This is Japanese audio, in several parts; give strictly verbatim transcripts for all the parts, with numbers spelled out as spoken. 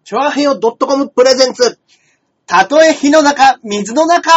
チョアヘヨ .com プレゼンツ。たとえ火の中、水の中。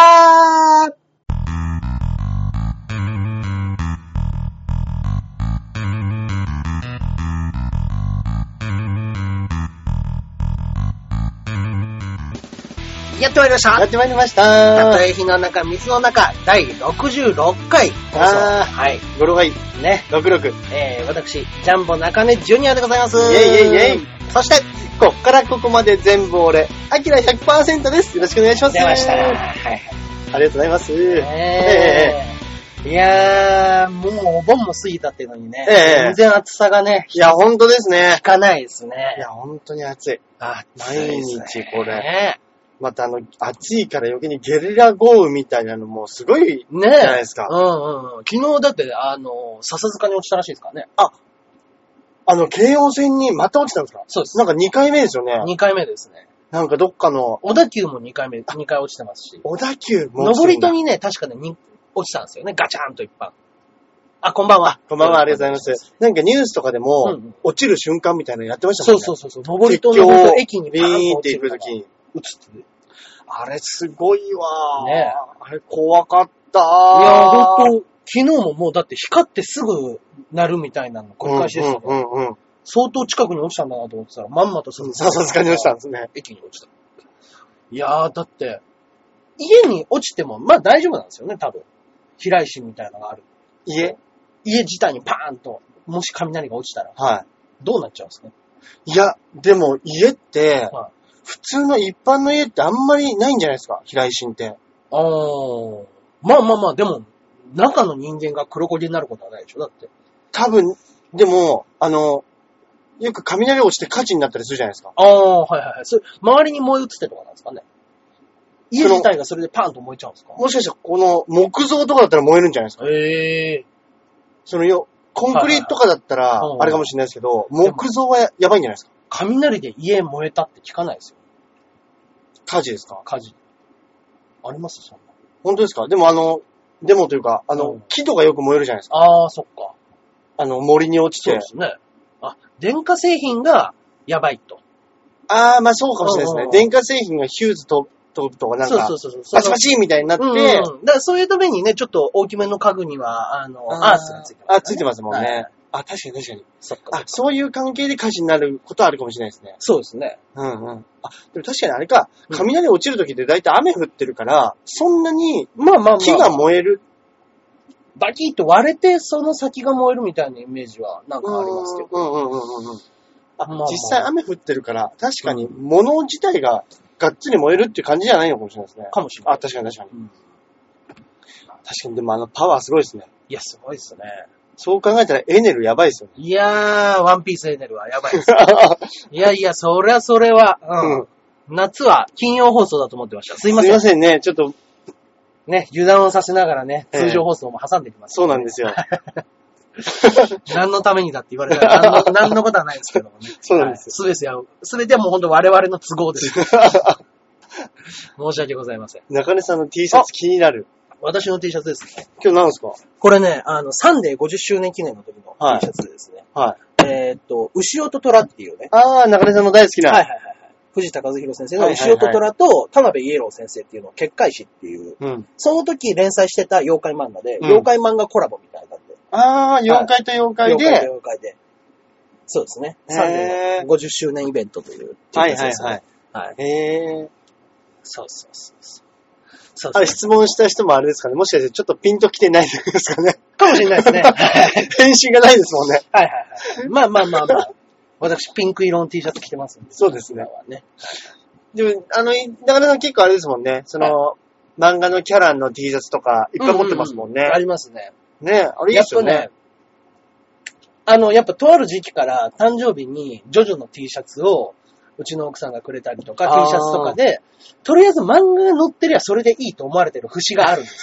やってまいりました。 やってまいりました。 たとえ火の中、水の中、だいろくじゅうろっかい放送。 あーはい。 語呂がいい。 ね。 ろくろく。 えー、私、ジャンボ中根ジュニアでございます。イェイイェイイェイ。 そして、 こっからここまで全部俺、アキラ ひゃくパーセント です。よろしくお願いします。 出ました。はい。 ありがとうございます。 えー、いやー、もうお盆も過ぎたっていうのにね、 えー、 全然暑さがね、 いや、ほんとですね。 効かないですね。 いや、ほんとに暑い。 暑いですね。 毎日これ。またあの、暑いから余計にゲリラ豪雨みたいなのもすごい、ね、じゃないですか。 うんうんうん。昨日だって、あの、笹塚に落ちたらしいですからね。 あ、あの、京王線にまた落ちたんですか？ そうです。 なんかにかいめですよね。 にかいめですね。 なんかどっかの。 小田急もにかいめ、にかい落ちてますし。 小田急も落ちてる。登戸にね、確かね、に落ちたんですよね。ガチャンと一般。あ、こんばんは。 こんばんは、ありがとうございます。なんかニュースとかでも、うんうん、落ちる瞬間みたいなのやってましたもんね。 そうそうそう。登戸の駅にビーンって行くときに。映ってる。あれすごいわー。ね、あれ怖かったー。 いやー、ほんと、昨日ももうだって光ってすぐ鳴るみたいなの繰り返しでしたね。うんうんうんうん、相当近くに落ちたんだなと思ってたら、まんまとすぐ。 さすがに落ちたんですね。 駅に落ちた。いやー、だって、家に落ちても、まあ大丈夫なんですよね、多分。飛来心みたいなのがある。 家家自体にパーンと、もし雷が落ちたら。 はい。 どうなっちゃうんですか？ いや、でも家って、はい、普通の一般の家ってあんまりないんじゃないですか、飛来心って。 あー。まあまあまあ、でも、中の人間が黒焦げになることはないでしょ、だって。 多分、でも、あの、よく雷落ちて火事になったりするじゃないですか。 ああ、はいはいはい。それ、周りに燃え移ってとかなんですかね。家自体がそれでパーンと燃えちゃうんですか？ もしかしたら、この木造とかだったら燃えるんじゃないですか。 へえ。 そのよ、コンクリートとかだったら、あれかもしれないですけど、木造は や, やばいんじゃないですか。 雷で家燃えたって聞かないですよ。 火事ですか？ 火事。ありますそんな。 本当ですか？でもあの、でもというか、あの、うん、木とかよく燃えるじゃないですか。 ああ、そっか。 あの、森に落ちて。 そうですね。あ、電化製品がやばいと。 ああ、まあそうかもしれないですね。電化製品がヒューズと、と、とかなんか、そうそうそうそう。バシバシみたいになって、うんうん、 だからそういうためにね、ちょっと大きめの家具には、あの、アースがついてます、ね。 あ、ついてますもんね。はい、あ、確かに確かに。 そっか。 あ、そういう関係で火事になることはあるかもしれないですね。 そうですね。 うんうん。あ、でも確かにあれか、雷落ちるときって大体雨降ってるから、そんなに、まあまあまあ。木が燃える。 バキッと割れて、その先が燃えるみたいなイメージはなんかありますけど。 うんうんうんうんうん。あ、まあまあ、実際雨降ってるから、確かに物自体ががっつり燃えるっていう感じじゃないのかもしれないですね。 かもしれない。 あ、確かに確かに。うん、確かに、でもあのパワーすごいですね。 いや、すごいですね。 そう考えたらエネルやばいですよね。 いやー、ワンピースエネルはやばいです、ね。いやいや、そりゃそれは、うんうん、夏は金曜放送だと思ってました。すいません。 すいませんね、ちょっと。 ね、油断をさせながらね、通常放送も挟んできます、 ね、そうなんですよ。 何のためにだって言われたら何の、何のことはないですけどもね。 そうなんですよ。 すべては、すべてはもう本当我々の都合です。申し訳ございません。 中根さんの T シャツ気になる。 私の T シャツですね。 今日何ですか？ これね、あの、サンデーごじゅっしゅうねん記念の時の T シャツですね。はい。はい、えー、っと、牛尾と虎っていうね。 あー、中根さんの大好きな。 はいはいはい。藤田和弘先生の牛尾と虎と田辺イエロー先生っていうのを結界誌っていう、うん、その時連載してた妖怪漫画で、うん、妖怪漫画コラボみたいな感じで。 あー、妖怪と妖怪で。 妖怪と妖怪で。そうですね。サンデーごじゅっしゅうねんイベントという、ね。 はいはいはい。はい。へー。 そうそうそうそう。そうそうあれ質問した人もあれですかね。もしかしてちょっとピンと来てないですかね。 かもしれないですね。 返信がないですもんね。 はいはいはい。まあまあまあまあ。私、ピンク色の T シャツ着てますんで。 そうですね。ねでも、あの、中根さん結構あれですもんね。その、はい、漫画のキャラの T シャツとか、いっぱい持ってますもんね。うんうんうん、 ありますね。 ねあれいいっすよね。やっぱね、 あの、やっぱとある時期から誕生日にジョジョの T シャツを、うちの奥さんがくれたりとか、T シャツとかで、とりあえず漫画が載ってりゃそれでいいと思われてる節があるんです。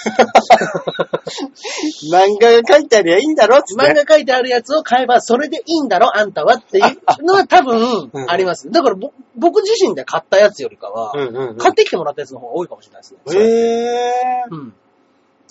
漫画が書いてありゃいいんだろって、 漫画書いてあるやつを買えばそれでいいんだろあんたはっていうのは多分あります。だからぼ僕自身で買ったやつよりかは、うんうんうん、買ってきてもらったやつの方が多いかもしれないですね。 へー。うん。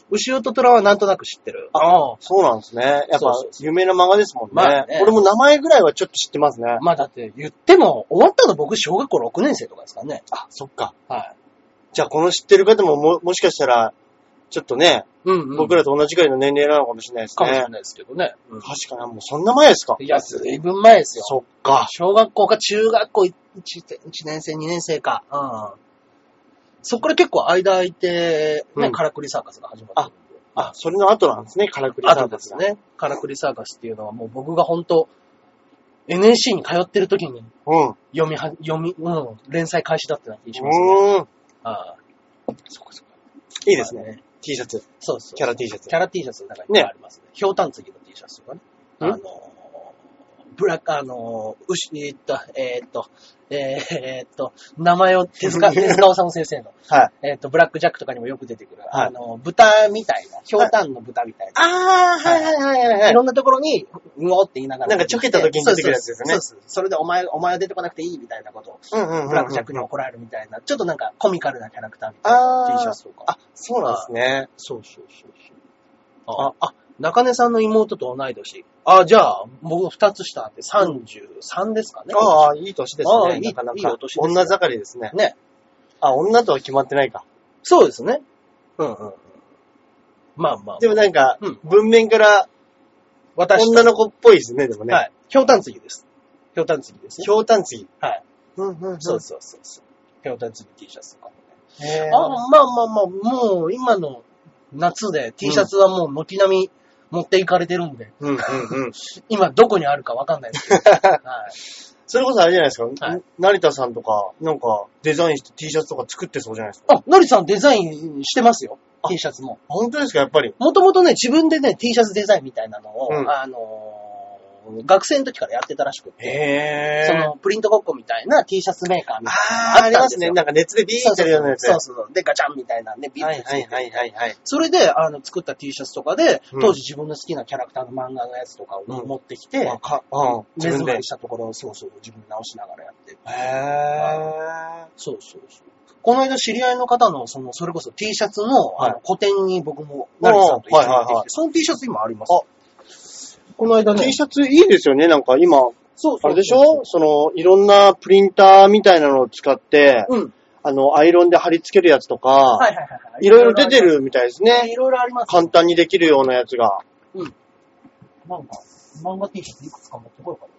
牛尾と虎はなんとなく知ってる。 ああ、そうなんですね。やっぱそうそうそう有名な漫画ですもんね。 まあね俺も名前ぐらいはちょっと知ってますね。 まあだって言っても、終わったの僕小学校ろくねん生とかですからね。 あ、そっか。 はい。 じゃあこの知ってる方もも、もしかしたら、ちょっとね、 うんうん。 僕らと同じくらいの年齢なのかもしれないですね。 かもしれないですけどね。うん確かに、もうそんな前ですか。 いや、ずいぶん前ですよ。 そっか。 小学校か中学校いちねん生、にねん生か。うん。そっから結構間空いて、ね、 うんカラクリサーカスが始まったんで。 あ、それの後なんですね、カラクリサあとーカスが。 ですね、カラクリサーカスっていうのはもう僕が本当 エヌエスシー に通ってる時にうん。 読みは、読み、うん、連載開始だったような気がしますね。 うーん。 ああ。そこそこ。 いいですね。 まあね T シャツ。 そうそう。 キャラ T シャツキャラ T シャツの中にありますね。ひょうたんつぎの T シャツとかね。あんのー、ブラック、あのー、牛、えーっと、えーっと、えーっと、名前を手塚、手塚治虫先生の、 はい。 えーっと、ブラックジャックとかにもよく出てくる、 はいあの、豚みたいな、ひょうたんの豚みたいな。 あー、はいはいはいはいはいいろんなところに、うおって言いながら。 なんかちょけた時に出てくるやつですよねそうそうそう。それでお前、お前は出てこなくていいみたいなことを、 うんうんうんうん。 ブラックジャックに怒られるみたいな、ちょっとなんかコミカルなキャラクターみたいなあー T シャツとか。 あ、そうなんですね。 そうそうそうそう。あ、あ、中根さんの妹と同い年。あ、じゃあ、僕二つ下ってさんじゅうさんですかね。 ああ、いい年ですね。 ああいいなかなか。 いいお年ですね女盛りですね。 ね。 あ、女とは決まってないか。 そうですね。うんうんうん。まあまあ。 でもなんか、 うん文面から私と女の子っぽいですね、でもね。。 はいい。ひょうたんつぎです。ひょうたんつぎですね。 ひょうたんつぎ。 はい。 うんうんうん。 そうそうそうそう。ひょうたんつぎ T シャツとかもね。 へーあ、まあまあまあ、もう今の夏で T シャツはもう軒並み持っていかれてるんで、 うんうんうん。 今どこにあるかわかんないですけど。はい。 それこそあれじゃないですか。 はい成田さんとか、なんかデザインして T シャツとか作ってそうじゃないですか。 あ、のりさんデザインしてますよ。 あ T シャツも。 本当ですか、やっぱり。 もともとね、自分でね、T シャツデザインみたいなのを、 うんあのー学生の時からやってたらしくて、 へその、プリントごっこみたいな T シャツメーカーみたいあー、 なのがあったんですよ。 ありますね。なんか熱でビーってやるようなやつ。 そうそうそう。で、ガチャンみたいなんで、ビーはいってついてはいはいはいはい。 それで、あの、作った T シャツとかで、 うん当時自分の好きなキャラクターの漫画のやつとかをうん持ってきて、 あか、うん。自分で目詰まり。したところをそうそう自分で直しながらやってる。 へそうそうそう。この間知り合いの方の、その、それこそ T シャツの、 はいあの、個展に僕も、ナリさんと一緒に行ってきて、 はいはいはいその T シャツ今あります。この間ー。 ね、 T シャツいいですよね。なんか今、 そうそうそうあれでしょその、いろんなプリンターみたいなのを使って、 うん。 あの、アイロンで貼り付けるやつとか、 はいはいはいはい。 いろいろ出てるみたいですね。 いろいろあります。 簡単にできるようなやつが。 うん。なんか、漫画 T シャツいくつか持ってこようか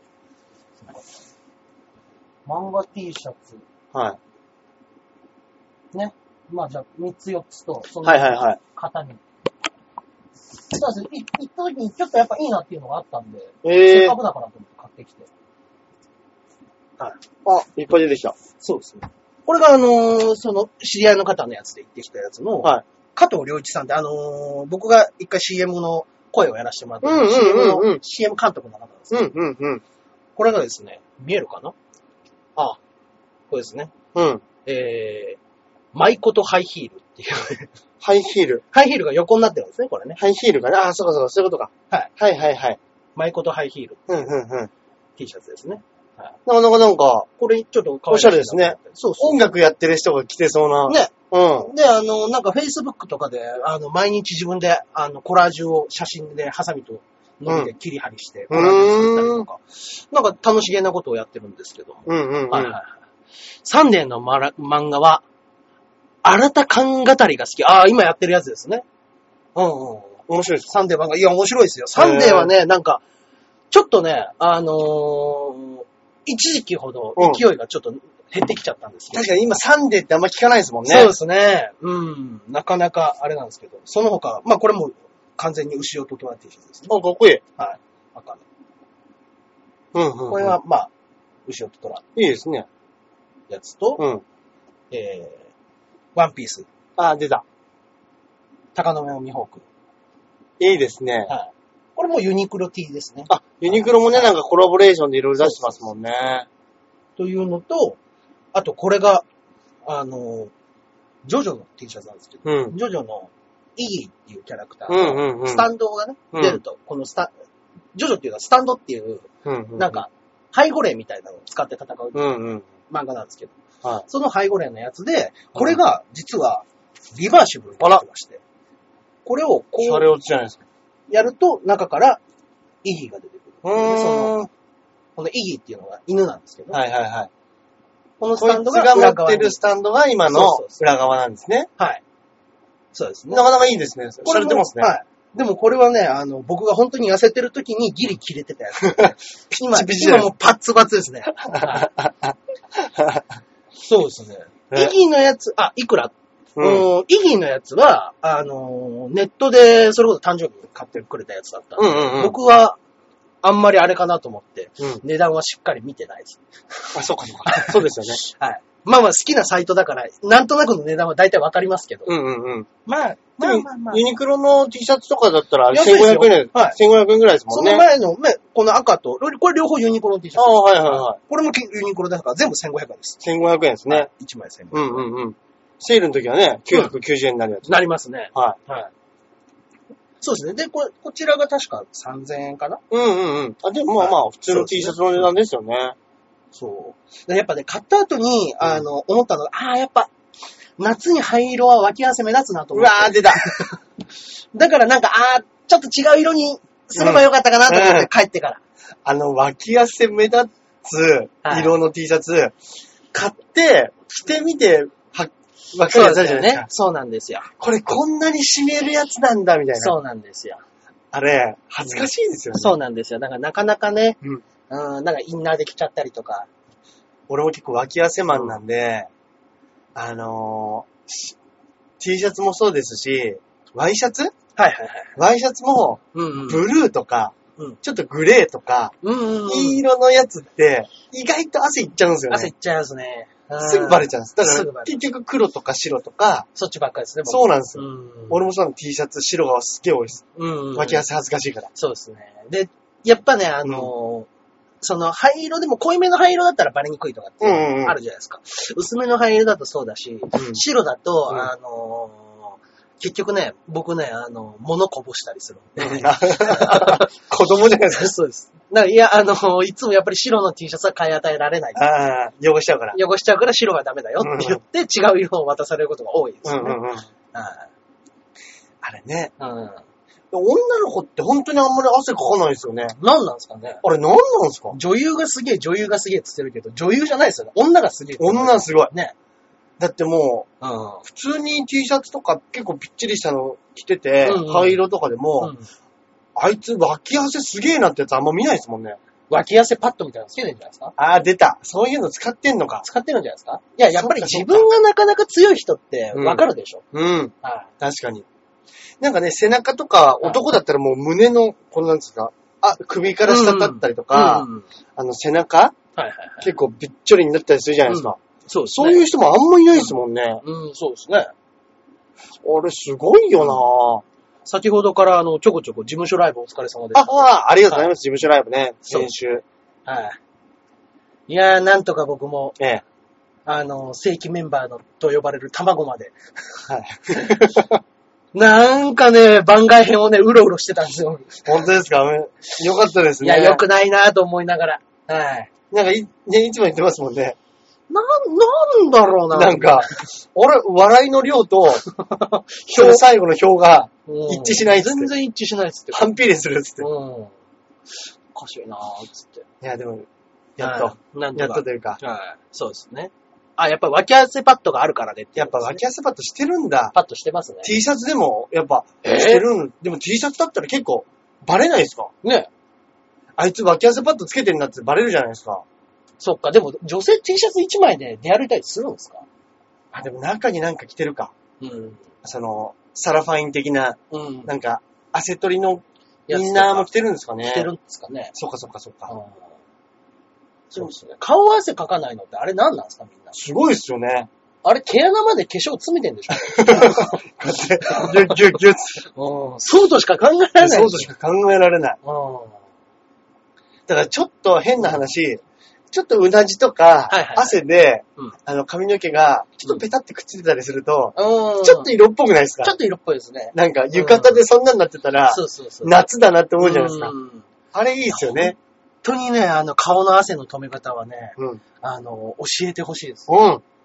な。漫画 T シャツ、 はね。まあじゃあ、みっつよっつと、そい。 のはいはいはい。 型に。そうですね。い行った時にちょっとやっぱいいなっていうのがあったんで、せえーっか。くだからと思って買ってきて。はい。 あ、いっぱい出てきた。 そうですね。これがあのーその、知り合いの方のやつで行ってきたやつの、 はい。 加藤良一さんって、あのー僕が一回 シーエム の声をやらせてもらった、 うんうんうんうんシーエム の シーエム 監督の方なんですよ。 うんうんうん。 これがですね、見えるかなあ、これですね。 うん。 えー、マイコとハイヒールっていう。 ハイヒール。 ハイヒールが横になってるんですね、これね。 ハイヒールかなあ、そうかそうか、そういうことか。 はい。 はいはいはい。 マイコとハイヒールうんうんうん。 T シャツですね。はい。 なかなかなんか、 これちょっと可愛らしいなおしゃれですね。 そうそう。 音楽やってる人が着てそうな。 ね。 うん。 で、あの、なんか Facebook とかで、あの、毎日自分で、あの、コラージュを写真でハサミとノミで切り張りして、コラージュ作ったりとか、なんか楽しげなことをやってるんですけども。 うんうんうん。 はいはいはい。サンデーのマラ漫画は、新た感語りが好き。ああ、今やってるやつですね。うんうん。 面白いです。 サンデー漫画。いや、面白いですよ。サンデーはね、なんか、ちょっとね、あのー、一時期ほど勢いがちょっと減ってきちゃったんですけど。 確かに今サンデーってあんま聞かないですもんね。 そうですね。うん。なかなかあれなんですけど。その他、まあこれも完全に牛尾とトラ T シャツですね。 あ、かっこいい。 はい。赤の。 うんうんうん。 これは、まあ、牛尾とトラいいですね。 やつと、 うん。 えー、ワンピース。 あ、出た。 高野目を見ホーク。 いいですね。 はい。これもユニクロ T ですね。 あ、ユニクロもね、なんかコラボレーションでいろいろ出してますもんね。 というのと、あとこれが、あの、ジョジョの T シャツなんですけど、 うん。 ジョジョのイギーっていうキャラクターうんうんうんのスタンドがね、 うん出ると、このスタ、ジョジョっていうのはスタンドっていう、 うんうん。 なん、か、背後霊みたいなのを使って戦ううんうん。 漫画なんですけど、 はい。 その背後霊のやつで、これが実はリバーシブルになってまして、 これをこシャレうオツじゃないですか。 やると、中からイギーが出てくる。 うーん。 その、このイギーっていうのが犬なんですけど、 はいはいはい。 このスこいつタンドがが裏側に持ってるスタンドが今のそうそうそう裏側なんですね。 はい。そうですね。 なかなかいいですね。シャレてますね。 はい。でもこれはね、あの、僕が本当に痩せてる時にギリ切れてたやつ。今、 ピチピチだよ今もうパッツパツですね。はいそうですね。 ねイギーのやつ、あ、いくら、 うん。 うん、イギーのやつは、あの、ネットでそれこそ誕生日に買ってくれたやつだったんで、 うんうんうん。 僕はあんまりあれかなと思って、 うん。 値段はしっかり見てないです。 あ、そうかそうか。そうですよね。 はい。まあまあ好きなサイトだから、なんとなくの値段は大体わかりますけど。 うんうんうん。 まあ、 でもまあまあまあ。 ユニクロの T シャツとかだったら安いですよせんごひゃくえん、 はいせんごひゃくえんぐらいですもそんね。 の前の、ね、この赤と、これ両方ユニクロの T シャツ。 ああ、はいはいはい。 これもユニクロだから全部せんごひゃくえんです。 せんごひゃくえんですね。 いちまいせんごうひゃくえん。 んうんうん。セールの時はね、きゅうひゃくきゅうじゅうえんになるやつ。 なりますね。 ははい。そうですね。で、これ、こちらが確かさんぜんえんかな。 い。うんうんうん。あ、でもまあまあ、普通の T シャツの値段ですよね。 そう。でやっぱね、買った後に、あの、思ったのが、ああ、やっぱ、夏に灰色は脇汗目立つなとう思って。 わー、出た。 だからなんか、ああ、ちょっと違う色にすればよかったかなと思って、 うん帰ってから。 あの、脇汗目立つ色の T シャツ、買って、着てみて、は、わかるやつあるじゃないですか。 そうなんですよ。 これこんなに締めるやつなんだ、みたいな。 そうなんですよ。 あれ、恥ずかしいですよね。 そうなんですよ。だからなかなかね、 うん。 うん、なんかインナーで着ちゃったりとか。 俺も結構脇汗マンなんで、あのー、T シャツもそうですし、ワイシャツはいはいはい。 ワイシャツも、 うんうん。 ブルーとか、 うんちょっとグレーとか、 うんうんうん。 いい色のやつって、意外と汗いっちゃうんですよね。 汗いっちゃいますね。 すぐバレちゃうんです。だから、 すぐバレる結局黒とか白とか、 そっちばっかりですね、僕そうなんですよ。 うん。 俺もその T シャツ、白がすっげえ多いです。 うんうん。 脇汗恥ずかしいから。 そうですね。で、やっぱね、あのーその灰色でも濃いめの灰色だったらバレにくいとかってうんうんうんあるじゃないですか。薄めの灰色だとそうだし、 うん白だと、 うんあのー結局ね、僕ね、あの、物こぼしたりするんで。 子供じゃないですか。 そうです。だからいや、あのーいつもやっぱり白の T シャツは買い与えられない。 ああ、汚しちゃうから。 汚しちゃうから白はダメだよって言って、違う色を渡されることが多いですよね。 うんうんうん。 はいあれね。 うん女の子って本当にあんまり汗かかないですよね。 何なんですかね。 あれ何なんですか？ 女優がすげえ、女優がすげえって言ってるけど、女優じゃないですよね。女がすげえって言ってる。 女すごい。 ね。 だってもう、 うん。 普通に T シャツとか結構ぴっちりしたの着てて、 うんうん灰色とかでも、 うんあいつ脇汗すげえなってやつあんま見ないですもんね。 脇汗パッドみたいなのつけてるんじゃないですか？ ああ、出た。そういうの使ってんのか。 使ってるんじゃないですか？いや、やっぱり自そっかそっか分がなかなか強い人ってわかるでしょ。 うん。 は確かに。なんかね、背中とか、男だったらもう胸の、このなんですか、あ、首から下だったりとか、 うんうんあの背中、 はいはいはい。 結構びっちょりになったりするじゃないですか。 そうですね。 そういう人もあんまいないですもんね。 うん、そうですね。 あれすごいよなぁ。 先ほどからあの、ちょこちょこ事務所ライブお疲れ様です。 あ、あ、ありがとうございます。事務所ライブね。 そう先週。 はい。いやー、なんとか僕も、 ええ。 あの、正規メンバーのと呼ばれる卵まで。 はい。 なんかね、番外編をね、うろうろしてたんですよ。 本当ですか？よかったですね。 いや、良くないなと思いながら。はい。 なんかい、ね、いつも言ってますもんね。 な、なんだろうな。 なんか、俺、笑いの量と、表、最後の表が一致しないっつって。 全然一致しないっつって。 反比例するっつって。 うん。おかしいなーっつって。 いや、でも、やっと。 なんとか。 やっとというか。 はい。そうですね。あ、やっぱり脇汗パッドがあるからねって、 やっぱ脇汗パッドしてるんだ。 パッドしてますね。 T シャツでも、やっぱ、 えーしてるん。でも T シャツだったら結構、バレないですか？ ね。 あいつ脇汗パッドつけてんだってバレるじゃないですか。 そっか。でも、女性 T シャツいちまいで出歩いたりするんですか？ あ、でも中になんか着てるか。 うん。 その、サラファイン的な、 うん。 なんか、汗取りのインナーも着てるんですかね。 着てるんですかね。 そっかそっかそっか。 うんそうですね。顔汗かかないのってあれ何なんですかみんな。 すごいっすよね。 あれ毛穴まで化粧詰めてんでしょこうやって、ギュッギュッギュッうん。そうとしか考えられない。 そうとしか考えられない。 うん。 だからちょっと変な話、ちょっとうなじとかはいはいはい、 汗でうん、 あの髪の毛が、ちょっとペタってくっついてたりすると、 うん。 ちょっと色っぽくないですか？ ちょっと色っぽいですね。 なんか浴衣でそんなになってたら、 そうそうそう。 夏だなって思うじゃないですかう。んあれいいですよね。 本当にね、あの、顔の汗の止め方はね、 うん。 あの、教えてほしいです。 うん。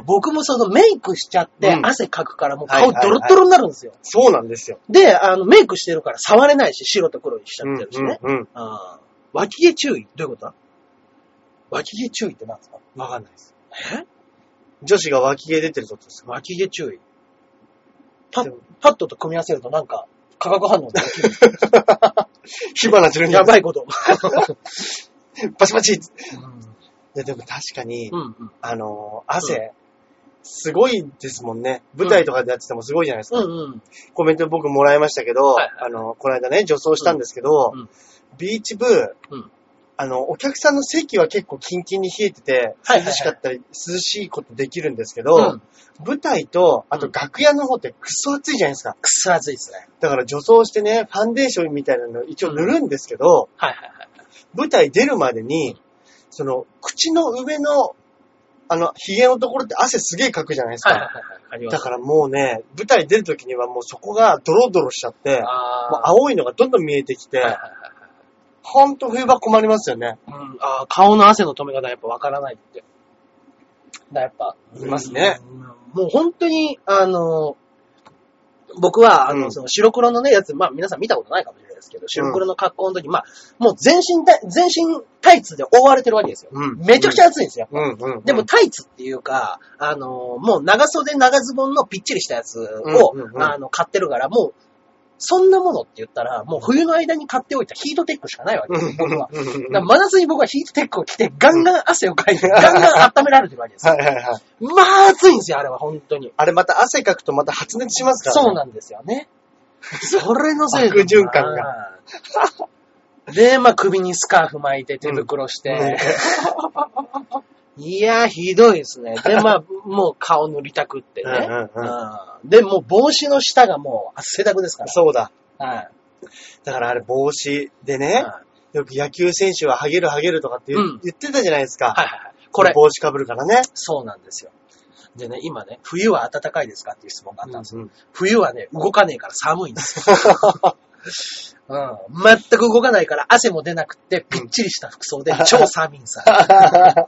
僕もそのメイクしちゃってうん汗かくからもう顔ドロッドロになるんですよ。 そうなんですよ。 で、あの、メイクしてるから触れないし、白と黒にしちゃってるしね。 うんうんうん。 あー脇毛注意どういうことだ脇毛注意って何ですか？ わかんないです。 え女子が脇毛出てるってことですか？ 脇毛注意。パッでも、 パッドと組み合わせるとなんか、化学反応で起きる。 火花散るんじゃやばいこと。 バチバチ。いうんや、でも確かに、 うんうん。 あのー、汗、すごいですもんね。舞台とかでやっててもすごいじゃないですか。 うんうん。 コメント僕もらいましたけど、 はいあの、この間ね、女装したんですけど、 うんうんビーチ部、 うんあの、お客さんの席は結構キンキンに冷えてて、 はいはいはい涼しかったり、涼しいことできるんですけど、 うん舞台と、あと楽屋の方ってクソ暑いじゃないですか。 くそ暑いですね。 だから女装してね、ファンデーションみたいなの一応塗るんですけど、 はいはいはい。 舞台出るまでに、その、口の上の、あの、髭のところって汗すげえかくじゃないですか。 はいはいはいはい。ありますだからもうね、舞台出るときにはもうそこがドロドロしちゃって、 あもう青いのがどんどん見えてきて、 はいはいはいはい。 ほんと冬場困りますよね。 うん、あー顔の汗の止め方やっぱわからないって。だやっぱ。 いますね。 うんもう本当に、あの、僕は、あの、 うんその白黒のね、やつ、まあ皆さん見たことないかもしれないですけど、白黒の格好の時、まあ、もう全身タイ、全身タイツで覆われてるわけですよ。 うんめちゃくちゃ暑いんですよ。 うんうんうん。 でもタイツっていうか、あの、もう長袖長ズボンのぴっちりしたやつを、 うんうんうんあの、買ってるから、もう、そんなものって言ったら、もう冬の間に買っておいたヒートテックしかないわけですよ、僕は。だから真夏に僕はヒートテックを着て、ガンガン汗をかいて、ガンガン温められてるわけですよ。 はいはいはい。 まあ暑いんですよ、あれは、本当に。 あれまた汗かくとまた発熱しますからね。 そうなんですよね。それのせい悪循環が。 が。で、まあ首にスカーフ巻いて手袋して。 うんねいや、ひどいですね。で、まあ、もう顔塗りたくってね。 うんうんうんうんで、もう帽子の下がもう汗だくですから。 そうだ。 はい。 だからあれ帽子でね、 はいよく野球選手はハゲるハゲるとかって言,、 うん言ってたじゃないですか。 はいはいはい。これ、 帽子かぶるからね。 そうなんですよ。でね、今ね、冬は暖かいですかっていう質問があったんですよ。 うんうん冬はね、動かねえから寒いんですよ。うん、全く動かないから汗も出なくって、ぴっちりした服装で超寒いんですよ。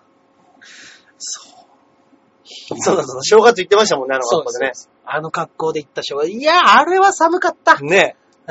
そう。 そうだそうだ、正月行ってましたもんね、あのそう格好でね。 です。あの格好で行った人が、いや、あれは寒かった。 ね。 うん。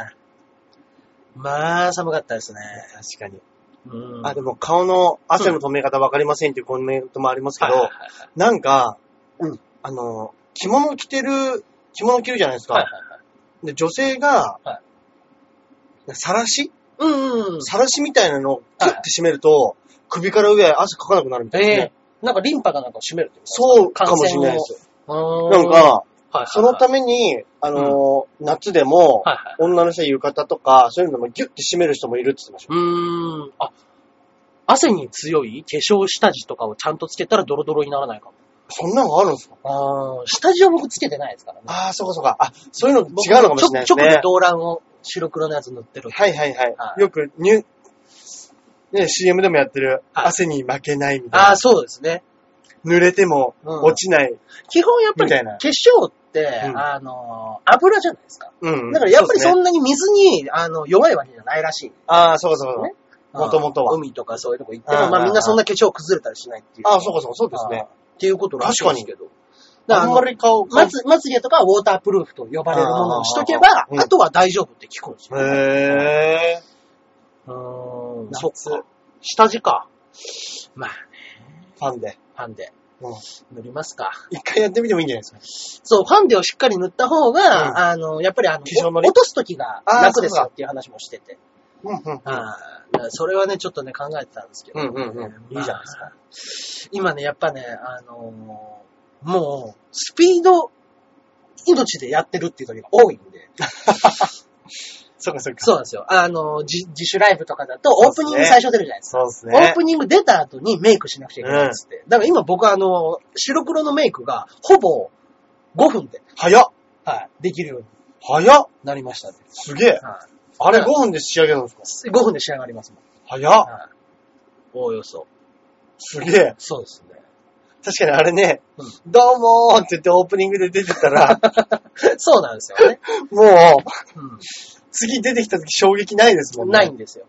まあ、寒かったですね。 確かに。 うん。 あ、でも顔の汗の止め方わかりませんっていうコメントもありますけど、 はいはいはいはいなんか、 うんあの、着物着てる、着物着るじゃないですか。 はいはいはい。 で、女性が、 はさらしうんうんうん。 さらしみたいなのをクッて締めると、首から上汗かかなくなるみたいですね。 ええなんかリンパがなんか締めるってことそうかもしれないです。 ななんか、 はいはい、 そのために、あのー夏でも、 はいはい女の人は浴衣とか、そういうのもギュッて締める人もいるって言ってました。 うーん。あ、汗に強い化粧下地とかをちゃんとつけたらドロドロにならないかも。 そんなのあるんですか？ ああ、下地は僕つけてないですからね。 ああ、そうかそうか。あ、そういうの違うのかもしれないですちょくね。 動乱を白黒のやつ塗ってる。 はいはいはい。 はいよくニュ、ね、シーエム でもやってる、 はい汗に負けないみたいな。 ああ、そうですね。 濡れてもうん落ちない。 基本やっぱり化みたいな粧って、 うんあの、油じゃないですか。 うん。 だからやっぱりそうんなに水に、あの弱いわけじゃないらしい。 ああ、そうかそうか。 ねもともとは。 海とかそういうとこ行っても、 うんまあみんなそんな化粧崩れたりしないっていう。 ああ、そうかそうか、そうですね。 っていうことらしいんですけど。だからあんまり顔、 まつ、まつげとかはウォータープルーフと呼ばれるものをしとけば、 あーうんあとは大丈夫って聞くんですよ。 へうーん。 夏そっか。下地か。まあ、 ー。ファンで。 ファンデうん。 塗りますか。 一回やってみてもいいんじゃないですか。 そう、ファンデをしっかり塗った方が、 うんあの、やっぱりあの、 化粧のりお落とすときが楽ですあーそうかよっていう話もしてて。 うんうん。 あーだからそれはね、ちょっとね、考えてたんですけど。 うんうんうんまあいいじゃないですか。 今ね、やっぱね、あのーもう、スピード、命でやってるっていう時が多いんで。 そうかそうか。 そうなんですよ。あの、自自主ライブとかだと、オープニング最初出るじゃないですか。 そうですね。 オープニング出た後にメイクしなくちゃいけないっつって。だから今僕はあの、白黒のメイクが、ほぼごふんで、 早っはい、できるように早っなりましたね。 すげえ。 はあれごふんで仕上げるんですか？ い、ごふんで仕上がりますもん。 早っはい。おおよそ。 すげえ。 そうですね。 確かにあれね、 うんどうもーって言ってオープニングで出てたら、 そうなんですよね。 もう、 う次出てきた時衝撃ないですもんん、 ね。 ないんですよ。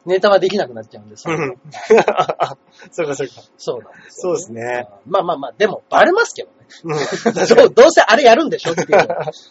ネタはできなくなっちゃうんですよ。 うん。そうかそうか。 そうなんですそうよ、 ですね。 まあまあまあ、でもバレますけどね。 うん。 どうどうせあれやるんでしょっていう。はい、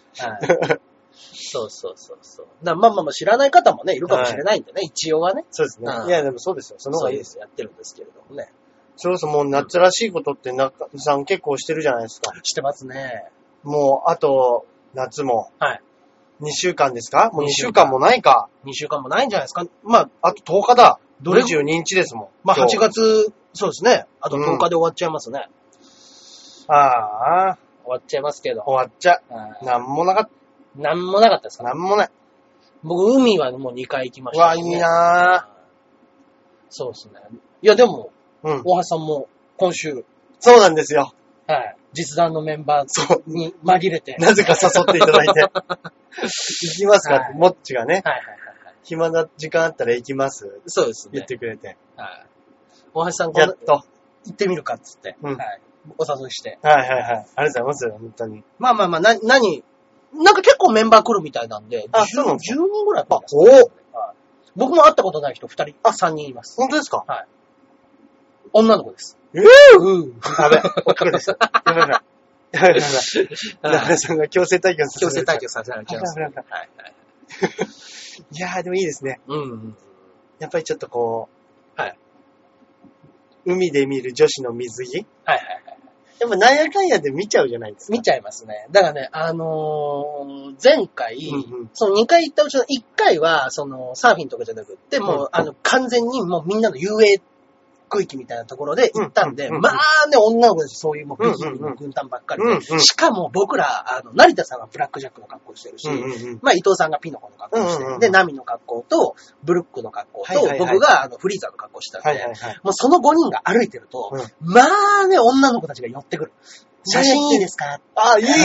そうそうそうそう。だまあまあまあ知らない方もね、いるかもしれないんでね、はい、一応はね。 そうですね。 うん、 いや、でもそうですよ。その方がいいです。 やってるんですけれどもね。 そうそう、もう夏らしいことって中野さん結構してるじゃないですか。 してますね。 もう、あと、夏も。 はい。 にしゅうかんですか？もうにしゅうかんもないか。 にしゅうかんもないんじゃないですか。まあ、 あととおかだ。 どれにじゅうににちですもん。 まあはちがつ、そうですね。あととおかで終わっちゃいますね。 うん、ああ。 終わっちゃいますけど。 終わっちゃう。なんもなかった。 なんもなかったですか？ なんもない。 僕、海はもうにかい行きました、 ね。うわ、いいなぁ。 そうですね。いや、でも、 うん、 大橋さんも今週。 そうなんですよ。 はい。実弾のメンバーに紛れて。 なぜか誘っていただいて。行きますかって、はい、もっちがね。 はいはいはい。 暇な時間あったら行きます。 そうですね。 言ってくれて。 はい。大橋さん、 やっと。 行ってみるかっつって。 うん。 はい。お誘いして。 はいはいはい。ありがとうございます。本当に。 まあまあまあ、な、何、なんか結構メンバー来るみたいなんで。 あ、そうなんですか。 じゅうにんぐらい来るんですか、ね。 おはい。僕も会ったことない人ふたり、あ、さんにんいます。 本当ですか？ はい。女の子です。 えぇ、ー、うん。やべ、大きくです。やばいやばい。やばいやばい。中根さんが強制退去させられ強制退去させられちゃいます、ね。はいはい。 いやーでもいいですね。 うん、うん。 やっぱりちょっとこう、はい。 海で見る女子の水着？ はいはいはい。 やっぱなんやかんやで見ちゃうじゃないですか。 見ちゃいますね。だからね、あのー、前回、 うんうん、 そのにかい行ったうちのいっかいは、そのサーフィンとかじゃなくって、もう、うん、あの、完全にもうみんなの遊泳区域みたいなところで行ったんで、うんうんうん、まあね、女の子たちそういうもうビキニの軍団ばっかりで、うんうん、しかも僕ら、あの、成田さんはブラックジャックの格好してるし、うんうんうん、まあ伊藤さんがピノコの格好してる、うんうんうん、で、ナミの格好と、ブルックの格好と、はいはいはい、僕があのフリーザーの格好してたんで、はいはいはい、もうそのごにんが歩いてると、うん、まあね、女の子たちが寄ってくる。写真いいですか？ あ、いい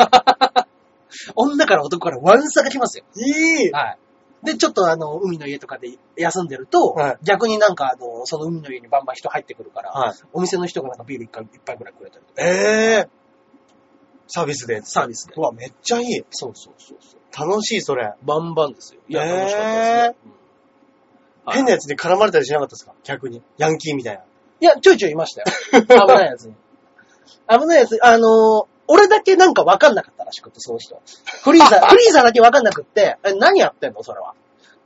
女から男からワンサが来ますよ。 いいはい。で、ちょっとあの、海の家とかで休んでると、はい、逆になんかあの、その海の家にバンバン人入ってくるから、はい、お店の人がなんかビール一杯一杯くらいくれたりとか。 えぇ、ー、サービスでサービスで。 うわ、めっちゃいい。 そうそうそうそう。 楽しい、それ。 バンバンですよ。いや、楽しかったですね。 うん、変なやつに絡まれたりしなかったですか？逆に。ヤンキーみたいな。 いや、ちょいちょいいましたよ。危ないやつに。危ないやつ、あのー、俺だけなんかわかんなかったらしくて、その人。フリーザー、フリーザーだけわかんなくって、え、何やってんのそれは。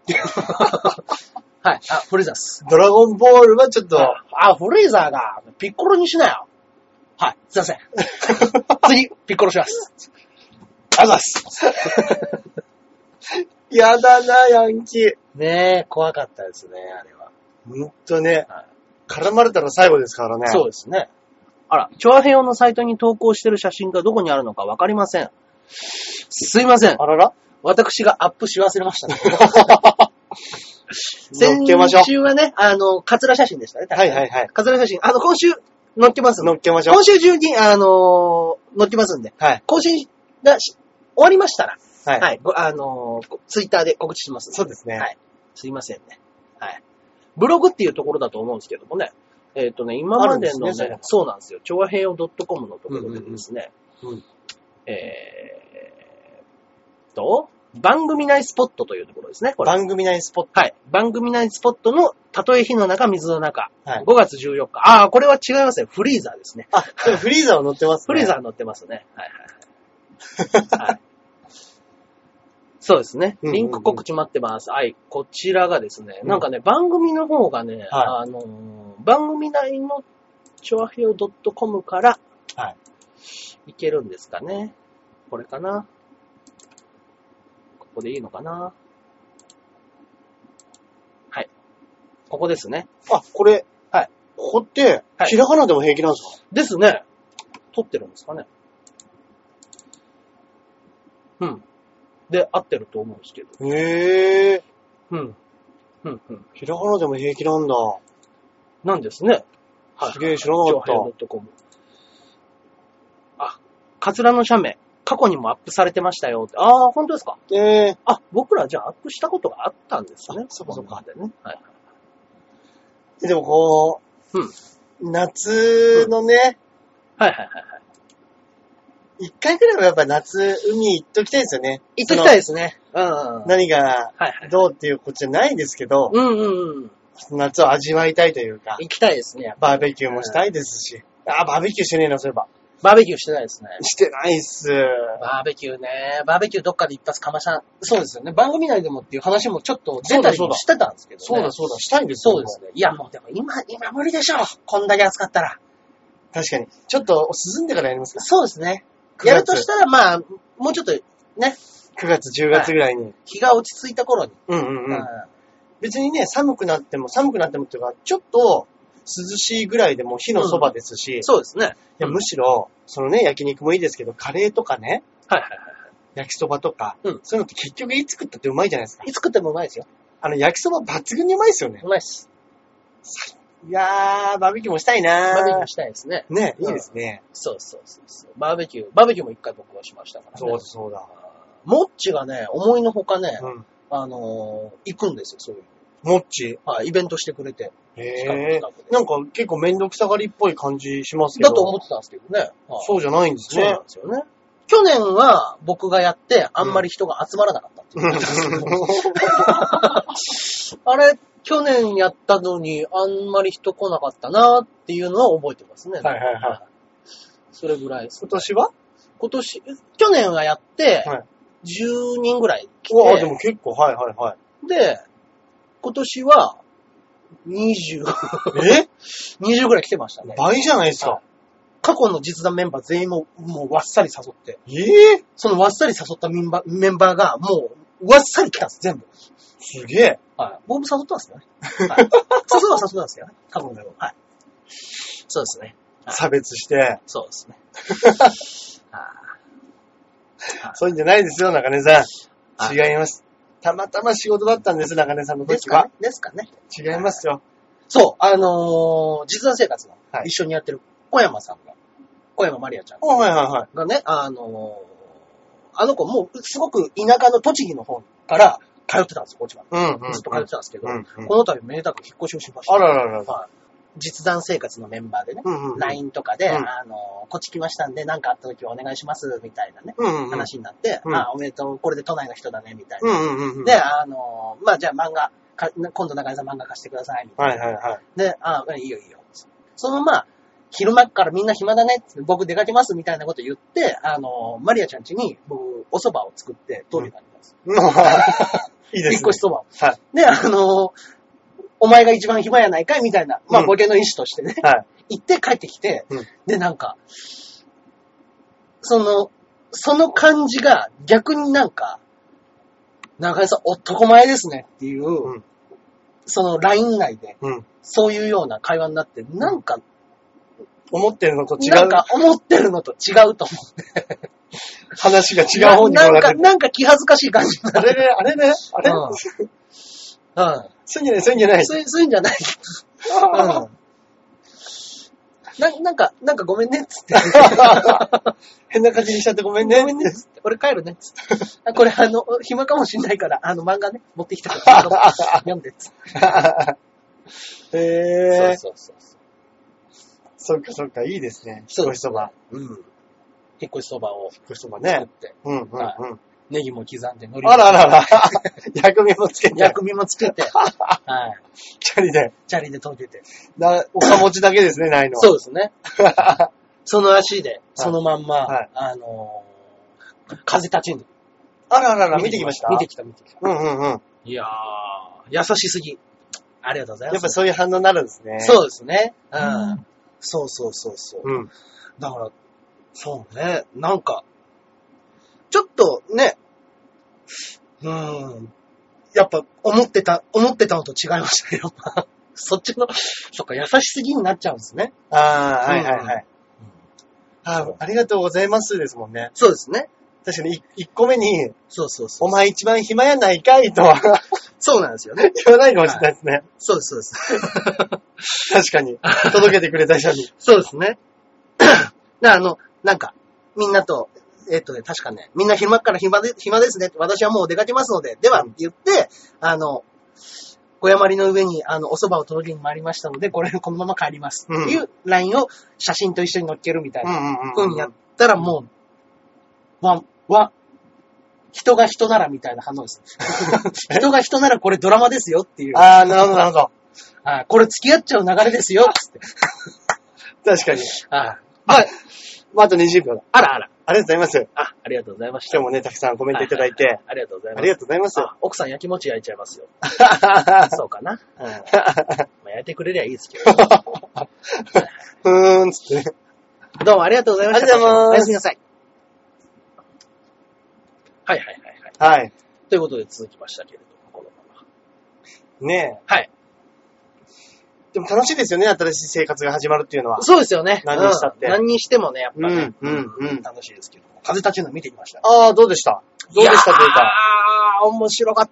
はい。あ、フリーザーっす。 ドラゴンボールはちょっと。 あ、フリーザーが、ピッコロにしなよ。はい。すいません。次、ピッコロします。あざっす。 やだな、ヤンキー。 ねえ、怖かったですね、あれは。 ほんとね。はい、絡まれたら最後ですからね。 そうですね。あら、チョアヘヨのサイトに投稿してる写真がどこにあるのかわかりません。すいません。 あらら？ 私がアップし忘れましたね。 乗っけましょう。 先週はね、あの、カツラ写真でしたね。 はいはいはい。 カツラ写真。あの、今週、載っけます。 載っけましょう。 今週中に、あのー、載っけますんで。 はい。 更新が終わりましたら。 はい。 はい。あのー、ツイッターで告知します。 そうですね。 はい。すいませんね。はい。ブログっていうところだと思うんですけどもね。えっ、ー、とね、今までのね、ねそうなんですよ。ちょわへよ .com のところでですね、うんうんうん、えーと、番組内スポットというところですね。これ番組内スポットはい。番組内スポットの、たとえ火の中、水の中。 はい、 ごがつじゅうよっか。ああ、これは違いますね。フリーザーですね。 あ、フリーザーは載ってますね。 フリーザー載ってますね。はいはいはい。はい、そうですね。リンク告知待ってます。はい。こちらがですね、うん、なんかね、番組の方がね、はい、あのー、番組内のチョアヘヨ .com から、 はい。 いけるんですかね。これかな。ここでいいのかな。はい。ここですね。 あ、これ。 はい。 ここって、ひらがなでも平気なんですか？ ですね。撮ってるんですかね。うん。で、合ってると思うんですけど。 へぇー。 うん。うん、うん。 ひらがなでも平気なんだ。 なんですね。 はい。すげえ知らなかった。 あ、カツラの写メ。過去にもアップされてましたよって。ああ、本当ですか？ えー。 あ、僕らじゃあアップしたことがあったんですね。 そうかそうか。 でね。はい。 でもこう、うん。夏のね、 うん、はいはいはいはい。 一回くらいはやっぱ夏、海行っときたいですよね。 行っときたいですね。うん。 何がはいはい。 どうっていうことじゃないですけど、 うんうんうん。 夏を味わいたいというか、 行きたいですね。 バーベキューもしたいですし。あ、バーベキューしてねえな、そういえば。 バーベキューしてないですね。 してないっす。 バーベキューね。バーベキューどっかで一発かました。そうですよね。番組内でもっていう話もちょっと出たりもしてたんですけどね。 そうだそうだ、したいんですよ。 そうですね。いやもうでも今、今無理でしょ。こんだけ暑かったら。 確かに。ちょっと涼んでからやりますか。 そうですね。やるとしたらまあ、もうちょっとね。 くがつ、じゅうがつぐらいに。はい、 日が落ち着いた頃に。 うんうんうん。別にね、寒くなっても、寒くなってもっていうか、ちょっと涼しいぐらいでも火のそばですし、 うん、そうですね。 いやむしろ、そのね、焼肉もいいですけど、カレーとかね、 はいはいはい。 焼きそばとか、 うん、 そういうのって結局いつ食ったってうまいじゃないですか。 いつ食ってもうまいですよ。 あの、焼きそば抜群にうまいですよね。 うまいっす。 いやー、バーベキューもしたいなー。 バーベキューしたいですね。 ね、いいですね、 うん。そうそうそうそう。バーベキュー、バーベキューも一回僕はしましたからね。 そうだそうだ。 モッチがね、思いのほかね、 うん、 あのー、行くんですよ、そういう。 モッチはい、イベントしてくれて。 へー。なんか結構めんどくさがりっぽい感じしますけど。 だと思ってたんですけどね。 はい、そうじゃないんですね。 そうなんですよね。去年は僕がやってあんまり人が集まらなかったっていうことですけど、うん、あれ、去年やったのにあんまり人来なかったなっていうのを覚えてますね。 はいはいはい。 それぐらいです。 今年は今年、去年はやって、じゅうにんぐらい来て。 うわ、でも結構、はいはいはい。 で、今年は、にじゅう。 え ? にじゅう ぐらい来てましたね。 倍じゃないですか。 過去の実弾メンバー全員も、もうわっさり誘って。 ええー、 そのわっさり誘ったメンバー、メンバーが、もう、わっさり来たんです、全部。 すげえ。 はい。僕も誘ったんですよね。はい。誘うは誘ったんですよね。過去のメンバー。はい。そうですね。 はい、差別して。 そうですね。 そういうんじゃないですよ、中根さん。違います。たまたま仕事だったんです、中根さんの時は。 ですかね。 ですかね。違いますよ。 そう、あのー、実弾生活の一緒にやってる小山さんが、小山マリアちゃんが、 はいはいはい、 がね、あのー、あの子もうすごく田舎の栃木の方から通ってたんですよ、こっちは。 うんうん、 ずっと通ってたんですけど、 うんうん、 この度めでたく引っ越しをしました。 あらららら。 はい、実弾生活のメンバーでね、 うんうんうん、 ライン とかで、 うん、 あのー、こっち来ましたんで、なんかあった時はお願いします、みたいなね、 うんうん、 話になって、 うん、 あ、おめでとう、これで都内の人だね、みたいな。 うんうんうん、 で、あのー、まあ、じゃあ漫画、か今度中井さん漫画貸してください、みたいな。 はいはいはい。 で、あ、いいよいいよ。そのまあ、昼間からみんな暇だね、僕出かけますみたいなこと言って、あの、マリアちゃん家に僕、お蕎麦を作って通りになります。 うん、いいですね。 引っ越し蕎麦を。 はい。 で、あの、お前が一番暇やないかいみたいな、まあ、ボケの意思としてね、 うん、はい。 行って帰ってきて、 うん、 で、なんか、その、その感じが逆になんか、中井さん男前ですねっていう、うん、その ライン 内で、うん、そういうような会話になって、なんか、 思ってるのと違う。 なんか思ってるのと違うと思って。 話が違う方にななんか、なんか気恥ずかしい感じになる。 あれね、あれね、あれ、うん、うん。そういうんじゃない、そういうんじゃない。 そういうんじゃない。うんな、なんか、なんかごめんねっつって。 変な感じにしちゃってごめんね。 ごめんねっつって。俺帰るねっつって。これあの、暇かもしんないから、あの漫画ね、持ってきたから読んでっつって。 へぇー。 そうそうそう。 そっかそっか、いいですね。引っ越しそば。 うん。引っ越しそばを。 引っ越しそばね。 作って。 うんうんうん。 ネギも刻んで、海苔も。 あららら。薬味もつけて。 薬味もつけて。はい。 チャリで。 チャリで届けて。 な、おか持ちだけですね、ないのは。 そうですね。その足で、そのまんま、 はい、 あのー、風立ちぬ。 あららら、見てきました見てきた、見てきた。 うんうんうん。 いやー、優しすぎ。ありがとうございます。 やっぱそういう反応になるんですね。 そうですね。うん。そうそうそうそう。 うん。 だから、そうね、なんか、ちょっとね、うーん、やっぱ思ってた、思ってたのと違いましたね、やっぱ。そっちの、そっか、優しすぎになっちゃうんですね。 ああ、はいはいはい。うん、あ, ありがとうございますですもんね。 そうですね。 確かにいっこめに、 そうそうそう。 お前一番暇やないかいとは。 そうなんですよね。 言わないかもしれないですね。はい、 そうです、そうです。確かに。届けてくれた人に。 そうですね。だあの、なんか、みんなと、えっとね、確かね、みんな昼間から暇で、暇ですね。私はもう出かけますので、では、って言って、あの、小山りの上に、あの、お蕎麦を届けに参りましたので、これ、このまま帰ります。っていうラインを写真と一緒に載っけるみたいな風にやったら、もう、 わ、わ、人が人ならみたいな反応です。人が人ならこれドラマですよっていう。 ああ、なるほど、なるほど。 あこれ付き合っちゃう流れですよつって。 確かに。 あまあ、まあ、あとにじゅうびょうだ。 あらあら。 ありがとうございます。 あ、ありがとうございました。 今日もね、たくさんコメントいただいて。はいはいはい、 ありがとうございます。 ありがとうございます。 奥さん焼きもち焼いちゃいますよ。そうかな。うん、まあ、焼いてくれりゃいいですけど。 ふーんつって。 どうもありがとうございました。 ありがとうございます。 おやすみなさい。はいはいはいはい。はい。 ということで続きましたけれども、このまま。ねえ。 はい。 でも楽しいですよね、新しい生活が始まるっていうのは。 そうですよね。 何にしたって。 うん、何にしてもね、やっぱね。 うん、うん、うん。 楽しいですけども。風立ちぬ見てきました、ね。 ああ、どうでしたどうでしたというか。 ああ、面白かった。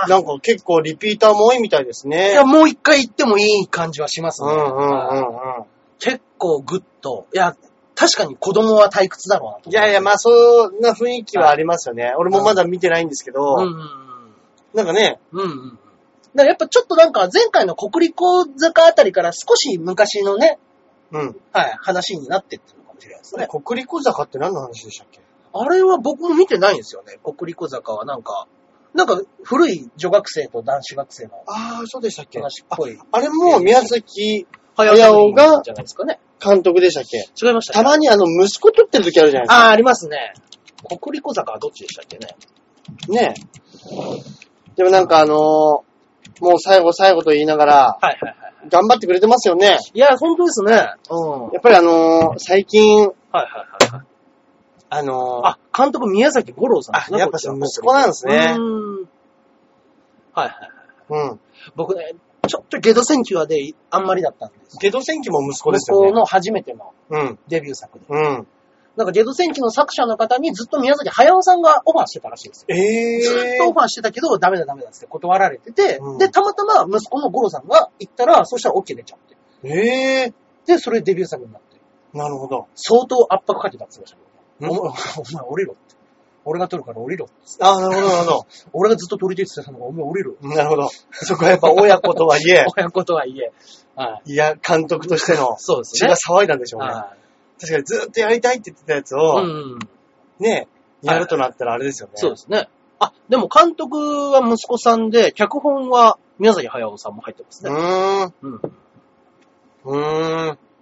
なんか結構リピーターも多いみたいですね。 いや、もう一回行ってもいい感じはしますね。 うん、うん、うん、うん。 結構グッと。いや、確かに子供は退屈だろうなと。 いやいや、まあそんな雰囲気はありますよね。はい、俺もまだ見てないんですけど。うんうんうん、なんかね。 うんうん。だからやっぱちょっとなんか前回の国立小坂あたりから少し昔のね、 うん。 はい、話になってってるのかもしれないですね。 国立小坂って何の話でしたっけ？ あれは僕も見てないんですよね。国立小坂はなんか、なんか古い女学生と男子学生のああ、そうでしたっけ？ 話っぽい。 あ, あれも宮崎駿がじゃないですかね。 監督でしたっけ？ 違いました、 ね。たまにあの息子撮ってる時あるじゃないですか。 ああ、ありますね。国立小坂はどっちでしたっけね。 ねえ。でもなんかあのー、もう最後最後と言いながら、 はいはいはい。 頑張ってくれてますよね。 いや、本当ですね。うん。 やっぱりあのー、最近、 はいはいはい。 あのー、 あ、監督宮崎五郎さんですね。 あ、やっぱその息子なんですね。 うーん。はいはいはい。 うん。 僕ね、ちょっとゲド戦記はで、あんまりだったんです。 ゲド戦記も息子ですよね。 息子の初めてのデビュー作で。 うん。 なんかゲド戦記の作者の方にずっと宮崎駿さんがオファーしてたらしいんですよ。 えー。 ずっとオファーしてたけど、ダメだダメだって断られてて、うん、で、たまたま息子の五郎さんが行ったら、そしたら OK 出ちゃって。 えー。 で、それデビュー作になって。 なるほど。 相当圧迫かけたって言ってましたけど、お前降りろって。俺が撮るから降りろって。 ああ、なるほど、なるほど。 俺がずっと撮り手って言ってたのが、お前降りろ。 なるほど。そこはやっぱ親子とはいえ。 親子とはいえ。 はい。いや、監督としての。 そうですね。 血が騒いだんでしょうね。確かにずっとやりたいって言ってたやつを、うん、ね、やるとなったらあれですよね。 そうですね。あ、でも監督は息子さんで、脚本は宮崎駿さんも入ってますね。 うーん。 うん。 うーん。 うん。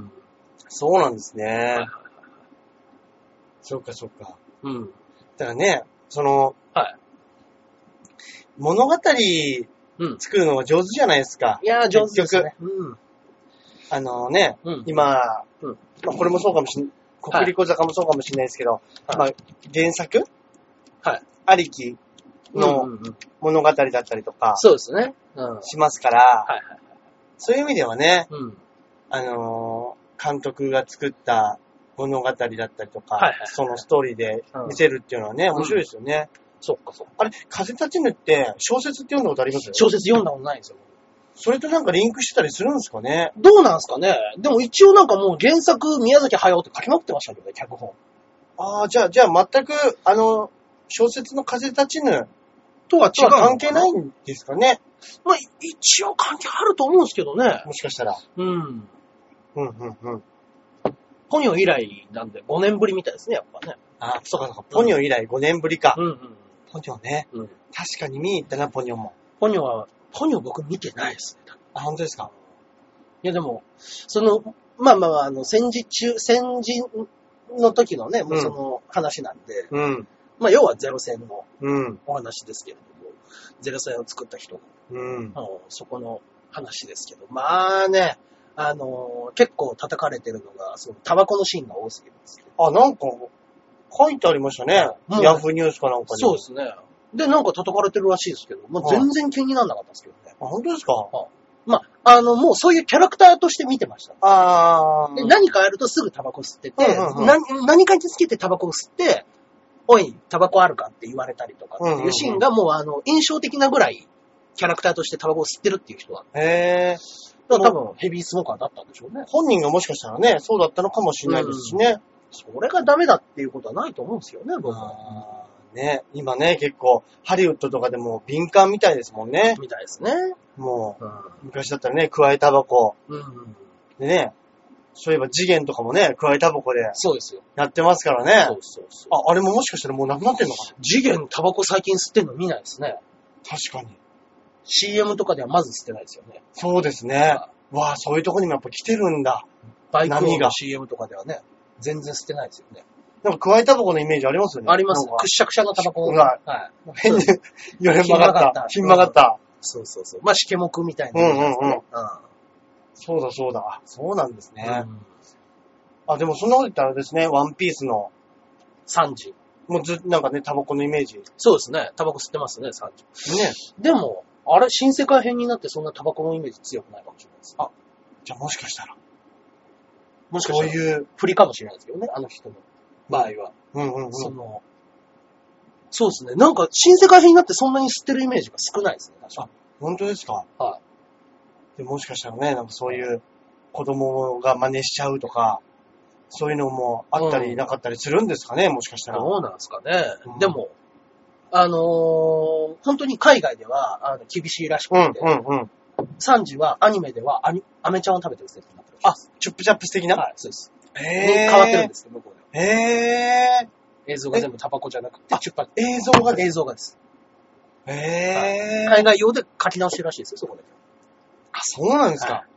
そうなんですね。はいはいはい、そっかそっか。 うん。 だからね、その、はい。物語作るのが上手じゃないですか。 いやー、上手ですね。 うん。あのね、 うん、 今、うんまあ、これもそうかもしん、国立小坂もそうかもしれないですけど、はい、まあ、原作はい。 ありきの物語だったりとか、 そうですね。 うん。しますから、 はいはい。 そういう意味ではね、 うん。 あのー、監督が作った物語だったりとか、 はいはい、 そのストーリーで見せるっていうのはね、うん、面白いですよね。 そっかそっか。 あれ、風立ちぬって小説って読んだことありますよ？ 小説読んだことないんですよ。 それとなんかリンクしてたりするんですかね？ どうなんですかね？でも一応なんかもう原作宮崎駿って書きまくってましたけどね、脚本。 ああ、じゃあ、じゃあ全く、あの、小説の風立ちぬとは違う。 関係ないんですかね？ まあ、一応関係あると思うんですけどね。 もしかしたら。 うん。 うんうんうん。 ポニョ以来なんでごねんぶりみたいですね、やっぱね。 ああ、そうかそうか。ポニョ以来ごねんぶりか。 うんうん。 ポニョね。 うん。 確かに見に行ったな、ポニョも。 ポニョは、ポニョ僕見てないですね。 あ、本当ですか？ いやでも、その、まあまあ、あの、戦時中、戦時の時のね、もうその話なんで、 うん。 まあ要はゼロ戦のうんお話ですけれども、ゼロ戦を作った人、 うん。 あのそこの話ですけど、まあね、あの、結構叩かれてるのが、そのタバコのシーンが多すぎるんですけど。 あ、なんか、書いてありましたね。 うん、 ヤフーニュースかなんかに。 そうですね。で、なんか叩かれてるらしいですけど、まあ、全然気にならなかったですけどね。 あ、本当ですか？ あまあ、あの、もうそういうキャラクターとして見てました。 あで何かあるとすぐタバコ吸ってて、 うんうんうん、 な何かにつけてタバコを吸って、おい、タバコあるかって言われたりとかっていうシーンがもう、あの、印象的なぐらい、キャラクターとしてタバコを吸ってるっていう人なんで。 へー。 だから多分ヘビースモーカーだったんでしょうね。 本人がもしかしたらね、そうだったのかもしれないですしね。うん、 それがダメだっていうことはないと思うんですよね、僕は。 ね、今ね、結構、ハリウッドとかでも敏感みたいですもんね。 みたいですね。 もう、うん、昔だったらね、加えタバコ。 うん、 でね、 そういえば次元とかもね、加えタバコでそうですよ。 やってますからね。 そうそうそう。 あ、あれももしかしたらもうなくなってんのかな。 次元タバコ最近吸ってんの見ないですね。 確かに。 シーエム とかではまず吸ってないですよね。 そうですね。わあ、そういうとこにもやっぱ来てるんだ。 バイクの シーエム とかではね、全然吸ってないですよね。 なんか加えタバコのイメージありますよね。 ありますね。くっしゃくしゃのタバコが。 はい。 変に、よれ曲がった。ひん曲がった。 そうそうそう。まあ、シケモクみたいな、 ね。うんうんうん。うん、 そうだそうだ。そうなんですね。うん、あ、でもそんなこと言ったらあれですね、ワンピースの。 サンジ。 もうずっとなんかね、タバコのイメージ。 そうですね。タバコ吸ってますね、サンジ。 ね。 でも、あれ、新世界編になってそんなタバコのイメージ強くないかもしれないです。 あ、じゃあもしかしたら。 もしかしたら。 そういう振りかもしれないですけどね、あの人の場合は。 うんうんうん。 その、そうですね。なんか、新世界編になってそんなに吸ってるイメージが少ないですね、確かに。 あ、本当ですか？ はい。 でもしかしたらね、なんかそういう子供が真似しちゃうとか、そういうのもあったりなかったりするんですかね、うん、もしかしたら。 そうなんですかね。うん、でも、あのー、本当に海外ではあの厳しいらしくて、 うんうんうん、 サンジはアニメではアニアメちゃんを食べてる設定になってる。 あ、チュップチャップス的な？ はい、そうです。 へぇー。 変わってるんですけど、向こうで。へぇー。 映像が全部タバコじゃなくて、チュッパ映像が映像がです。 へぇー。 海外用で書き直してるらしいですよ、そこで。 あ、そうなんですか。はい、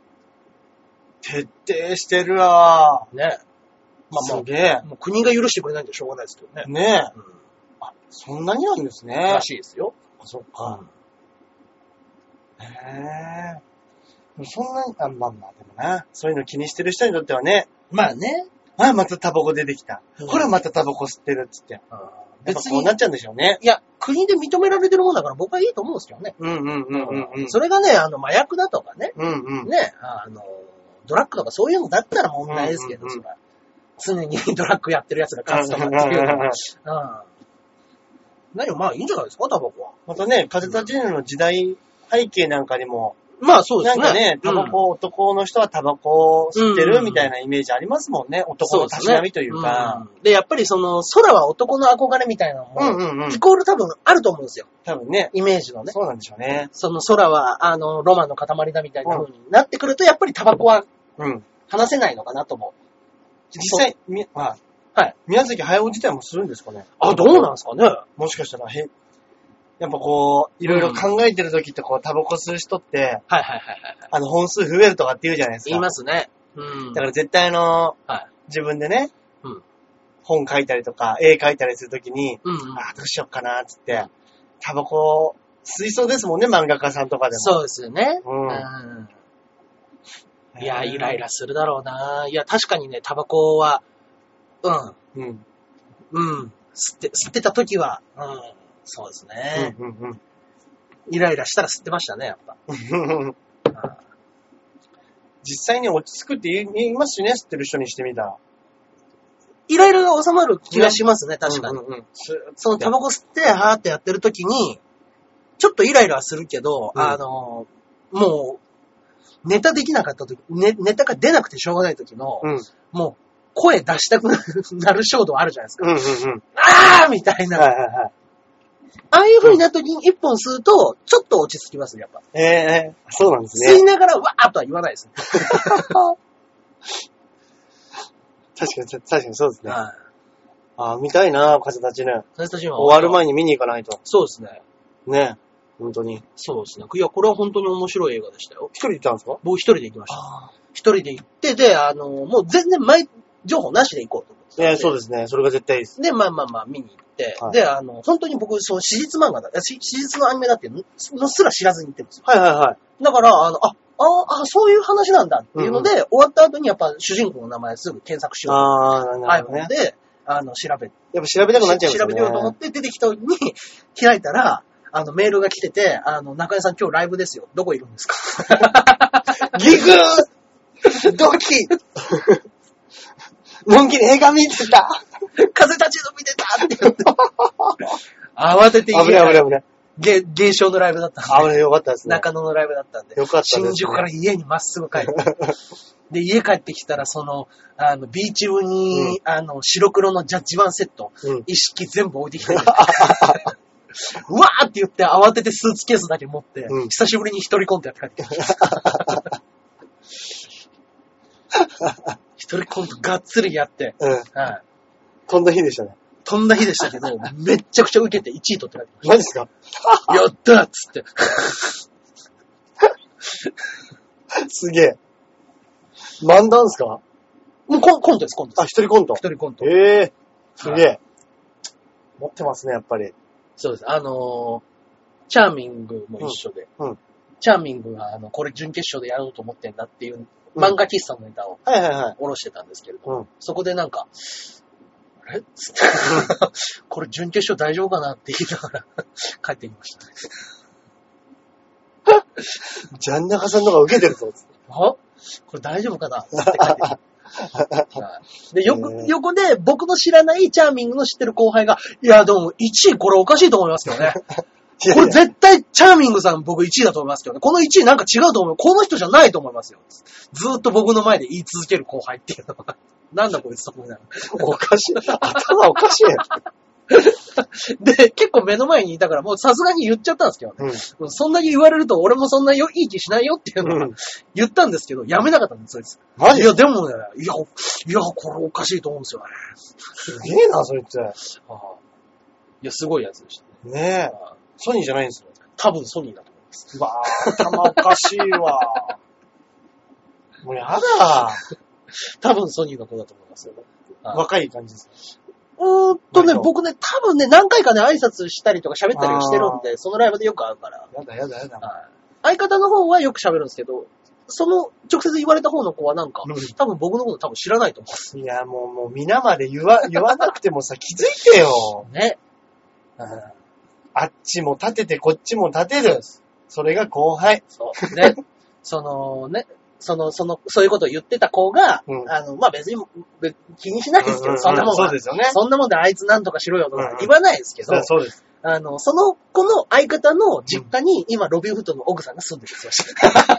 徹底してるわー。ね。 まあ、すげえ。 もう国が許してくれないんでしょうがないですけどね。 ねえ。うん、あ、そんなになんですね。 らしいですよ。 あ、そっか。うん、へえ。でもそんなに、あ、まあまあ、でもな。そういうの気にしてる人にとってはね。 まあね。 あ、またタバコ出てきた。 うん、 ほら、またタバコ吸ってるっつって。別に。こうなっちゃうんでしょうね。 いや、国で認められてるもんだから僕はいいと思うんですけどね。 うんうんうんうんうん。 それがね、あの、麻薬だとかね。 うんうん。 ね、あの、ドラッグとかそういうのだったら問題ですけど、うんうんうん、それ常にドラッグやってる奴が勝つとかっていうのは。うん。何もまあいいんじゃないですか、タバコは。 またね、風立ちぬの時代背景なんかにも、 まあそうですね。 なんかね、タバコ、うん、男の人はタバコを吸ってるみたいなイメージありますもんね。うん、男のたしなみというか。 で、ねうん、で、やっぱりその、空は男の憧れみたいなのも、うんうんうん、イコール多分あると思うんですよ。 多分ね。 イメージのね。 そうなんでしょうね。 その空は、あの、ロマンの塊だみたいな風になってくると、やっぱりタバコは、話せないのかなと思う。 実際、み、まあ、 はい。 宮崎駿自体もするんですかね。 あ、どうなんですかね。 もしかしたら、へ、やっぱこう、いろいろ考えてる時ってこう、タバコ吸う人って、 はいはいはいはい。 あの、本数増えるとかって言うじゃないですか。 言いますね。うん。 だから絶対あの、はい、自分でね、うん、本書いたりとか、絵描いたりするときに、うんうん、あ、どうしよっかな、つって、タバコ吸いそうですもんね、漫画家さんとかでも。 そうですよね。 うん。 うんいや、イライラするだろうな。いや、確かにね、タバコは、うん。うん。うん。吸って、吸ってた時は、うん。そうですね。うんうんうん。イライラしたら吸ってましたね、やっぱ。 実際に落ち着くって言いますしね、吸ってる人にしてみたら。 イライラが収まる気がしますね、確かに。 うんうんうん、 そのタバコ吸って、はーってやってる時に、ちょっとイライラはするけど、うん、あの、もう、ネタできなかった時、ね、ネタが出なくてしょうがない時の、うん、もう、声出したくなる衝動あるじゃないですか。 うんうんうん、 あーみたいな。 はいはいはい、 ああいう風になった時に一本吸うと、ちょっと落ち着きますね、やっぱ。 ええー、そうなんですね。 吸いながら、わーっとは言わないですね。 確かに、確かにそうですね。はい、ああ、見たいな、風立ちぬ。 風立ちぬ。 終わる前に見に行かないと。 そうですね。 ね。本当に。 そうですね。いや、これは本当に面白い映画でしたよ。 一人で行ったんですか？ 僕一人で行きました。一人で行って、で、あの、もう全然前情報なしで行こうと思って。 いや、そうですね。それが絶対いいです。 で、まあまあまあ見に行って、はい、で、あの、本当に僕、その史実漫画だ、史実のアニメだっていうのすら知らずに行ってるんですよ。 はいはいはい。 だから、あの、あ、ああ、そういう話なんだっていうので、うんうん、終わった後にやっぱ主人公の名前すぐ検索しようと。 ああ、なるほどね。 で、あの、調べ。 やっぱ調べたくなっちゃいますね。 調べてようと思って出てきた時に、開いたら、あの、メールが来てて、あの、中根さん今日ライブですよ。どこいるんですか？ ギグードキのんきに映画見てた風立ちの見てたって言って。慌てて家危ない危ない危ない。 芸、芸商のライブだったんで。 あ、よかったですね。 中野のライブだったんで。 よかったですね。 新宿から家にまっすぐ帰って。で、家帰ってきたら、その、あの、ビーチ部に、うん、あの、白黒のジャッジワンセット、うん、一式全部置いてきて、うわーって言って慌ててスーツケースだけ持って、うん、久しぶりに一人コントやって帰ってきました。 一人コントがっつりやって、 うん。 はい。 飛んだ日でしたね。 飛んだ日でしたけど、めっちゃくちゃ受けていちい取って帰ってました。 マジですか？ やったーっつって。 すげえ。漫談ですか？もうコンコントです、コントです。 あ、一人コント。 一人コント。 ええー、すげえ、はい。持ってますね、やっぱり。 そうです。あのー、チャーミングも一緒で。うん。うん、チャーミングが、あの、これ準決勝でやろうと思ってんだっていう、漫画喫茶のネタを、はいはいはい。下ろしてたんですけれど、うん、そこでなんか、あれつって、これ準決勝大丈夫かなって言いながら帰ってきましたね。 ジャンナカさんの方が受けてるぞ。 あこれ大丈夫かなつって帰ってきた。で、よく、横で僕の知らないチャーミングの知ってる後輩が、いや、でもいちいこれおかしいと思いますけどね。これ絶対チャーミングさん僕いちいだと思いますけどね。このいちいなんか違うと思う。この人じゃないと思いますよ。ずーっと僕の前で言い続ける後輩っていうのは。なんだこいつと思いながら。 おかしい。頭おかしいやん。で、結構目の前にいたからもうさすがに言っちゃったんですけどね。うん、そんなに言われると俺もそんなよいい気しないよっていうのは言ったんですけど、やめなかったんです、そいつ。マジ？いや、でもね、いや、いや、これおかしいと思うんですよね。 すげえな、そいつ。ああ、 いや、すごいやつでしたね。ねえ。ソニーじゃないんですよ。 多分ソニーだと思います。 うわぁ、頭おかしいわ。もうやだ。 多分ソニーの子だと思いますよ。 若い感じですか？ うーんとね、僕ね、多分ね、何回かね、挨拶したりとか喋ったりしてるんで、そのライブでよく会うから。 やだやだやだ。 相方の方はよく喋るんですけど、その直接言われた方の子はなんか、うん、多分僕のこと多分知らないと思うんです。 いや、もう、もう皆まで言わ、言わなくてもさ、気づいてよ。 ね。 うん、あっちも立てて、こっちも立てる。それが後輩。 そうね。そのね、その、その、そういうことを言ってた子が、うん、あの、まあ、別に気にしないですけど、うんうんうん、そんなもんそうですよね。 そんなもんであいつなんとかしろよとか言わないですけど、うんうん、 そうです。 あの、その子の相方の実家に、今、ロビンフットの奥さんが住んでるんです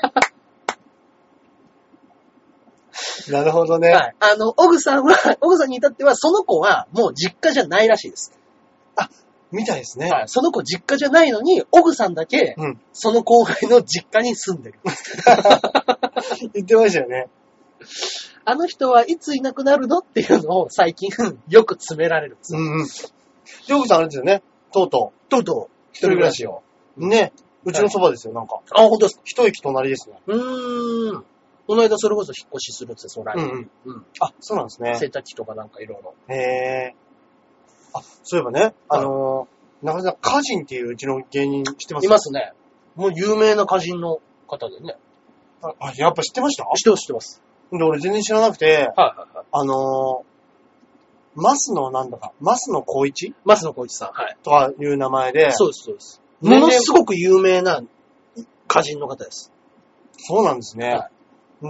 よ。なるほどね。 はい。あの、奥さんは、奥さんに至っては、その子はもう実家じゃないらしいです。 あ、みたいですね。 はい。その子実家じゃないのに、奥さんだけ、うん、その後輩の実家に住んでる。 言ってましたよね。 あの人はいついなくなるのっていうのを最近よく詰められるんです。 うんうん。で、奥さんあれですよね。とうとう。とうとう。 一人暮らしを。ね。うちのそばですよ、なんか。 あ、ほんとですか。 一駅隣ですね。 うーん。この間それこそ引っ越しするってそのライブ。うんうん。うん。あ、そうなんですね。 洗濯機とかなんかいろいろ。 へー。あ、そういえばね、あのー、中根さん、歌人っていううちの芸人知ってます？ いますね。もう有名な歌人の方でね。 あ、やっぱ知ってました？ 知ってます、知ってます。 で、俺全然知らなくて、はいはいはい。 あのー、マスのなんだか、マスの光一？ マスの光一さん、はい。 とかいう名前で。 そうです、そうです。ものすごく有名な歌人の方です。 そうなんですね。はい、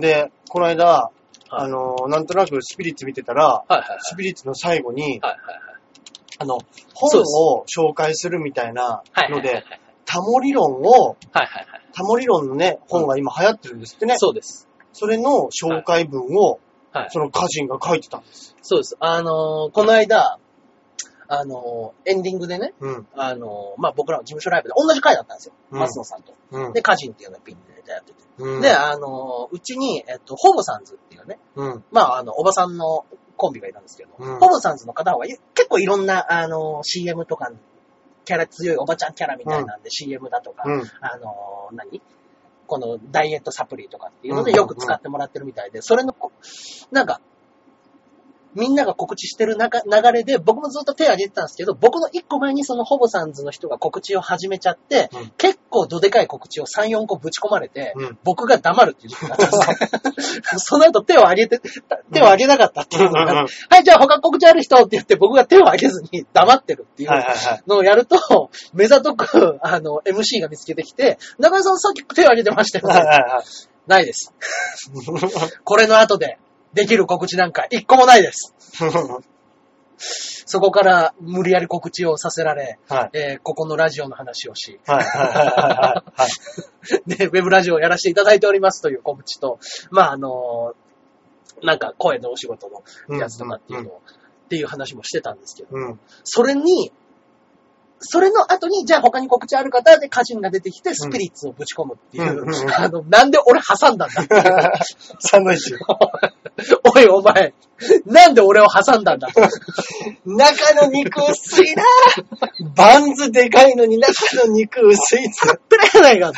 で、この間、はい、あのー、なんとなくスピリッツ見てたら、はいはいはい、スピリッツの最後に、はいはいはい、あの、本を紹介するみたいなので、タモ理論を、はいはいはい、タモ理論のね、本が今流行ってるんですってね。 そうです。 それの紹介文を、はい、その歌人が書いてたんです。 そうです。あのー、この間、あのー、エンディングでね、うん、あのー、まあ、僕らの事務所ライブで同じ回だったんですよ。うん、松野さんと。うん、で、歌人っていうのをピンでやってて。うん、で、あのー、うちに、えっと、ホボさんズっていうね、うん、まあ、あの、おばさんのコンビがいたんですけど、うん、ホボさんズの方は結構いろんな、あのー、シーエム とか、キャラ強いおばちゃんキャラみたいなんで、うん、シーエム だとか、うん、あのー、何このダイエットサプリとかっていうのでよく使ってもらってるみたいで、それの、なんか、みんなが告知してる中流れで、僕もずっと手を挙げてたんですけど、僕の一個前にそのホボさんズの人が告知を始めちゃって、うん、結構どでかい告知をさん、よんこぶち込まれて、うん、僕が黙るっていう時期があったんですね。その後手を挙げて、手を挙げなかったっていうのが、うん、はい、じゃあ他告知ある人って言って僕が手を挙げずに黙ってるっていうのをやると、はいはいはい、目ざとく、あの、エムシー が見つけてきて、中井さんさっき手を挙げてましたよね。はいはいはい、ないです。これの後でできる告知なんか一個もないです。そこから無理やり告知をさせられ、はい、えー、ここのラジオの話をし、はいはいはいはい、で、ウェブラジオをやらせていただいておりますという告知と、まああのー、なんか声のお仕事のやつとかっていうのを、うんうんうん、っていう話もしてたんですけど、うん、それに、 それの後に、じゃあ他に告知ある方で歌人が出てきて、スピリッツをぶち込むっていう。うんうんうん、あの、なんで俺挟んだんだっていう。 サンドイッチ。 おいお前、なんで俺を挟んだんだ中の肉薄いなぁ。バンズでかいのに中の肉薄いっつ。 ってらやないかって。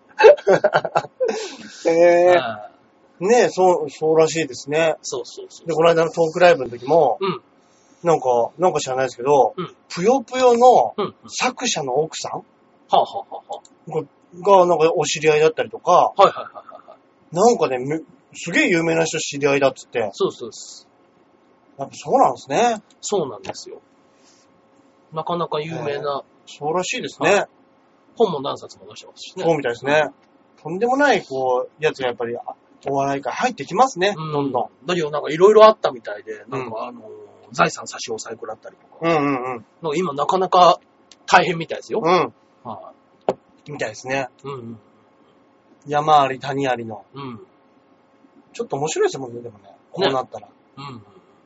えー、ねえ、そう、そうらしいですね。 そうそうそう。 で、この間のトークライブの時も、うん、なんか、なんか知らないですけど、うん、ぷよぷよの作者の奥さん、うんうん、はあ、はあはあ、 が、なんかお知り合いだったりとか、 はいはいはいはい。 なんかね、すげえ有名な人知り合いだっつって。 そうそうです。 やっぱそうなんですね。 そうなんですよ。なかなか有名な。 そうらしいですね。 本も何冊も出してますしね。 そうみたいですね。とんでもない、こう、やつがやっぱり、お笑い界入ってきますね。うん、どんどん。 だけどなんかいろいろあったみたいで、なんかあの、うん、財産差し押さえ食らったりとか。 うんうんうん。 なんか今なかなか大変みたいですよ。 うん。はい、あ、みたいですね。 うんうん。 山あり谷ありの。 うん。 ちょっと面白いですもんね、でもね。こうなったら。ね、うんうん。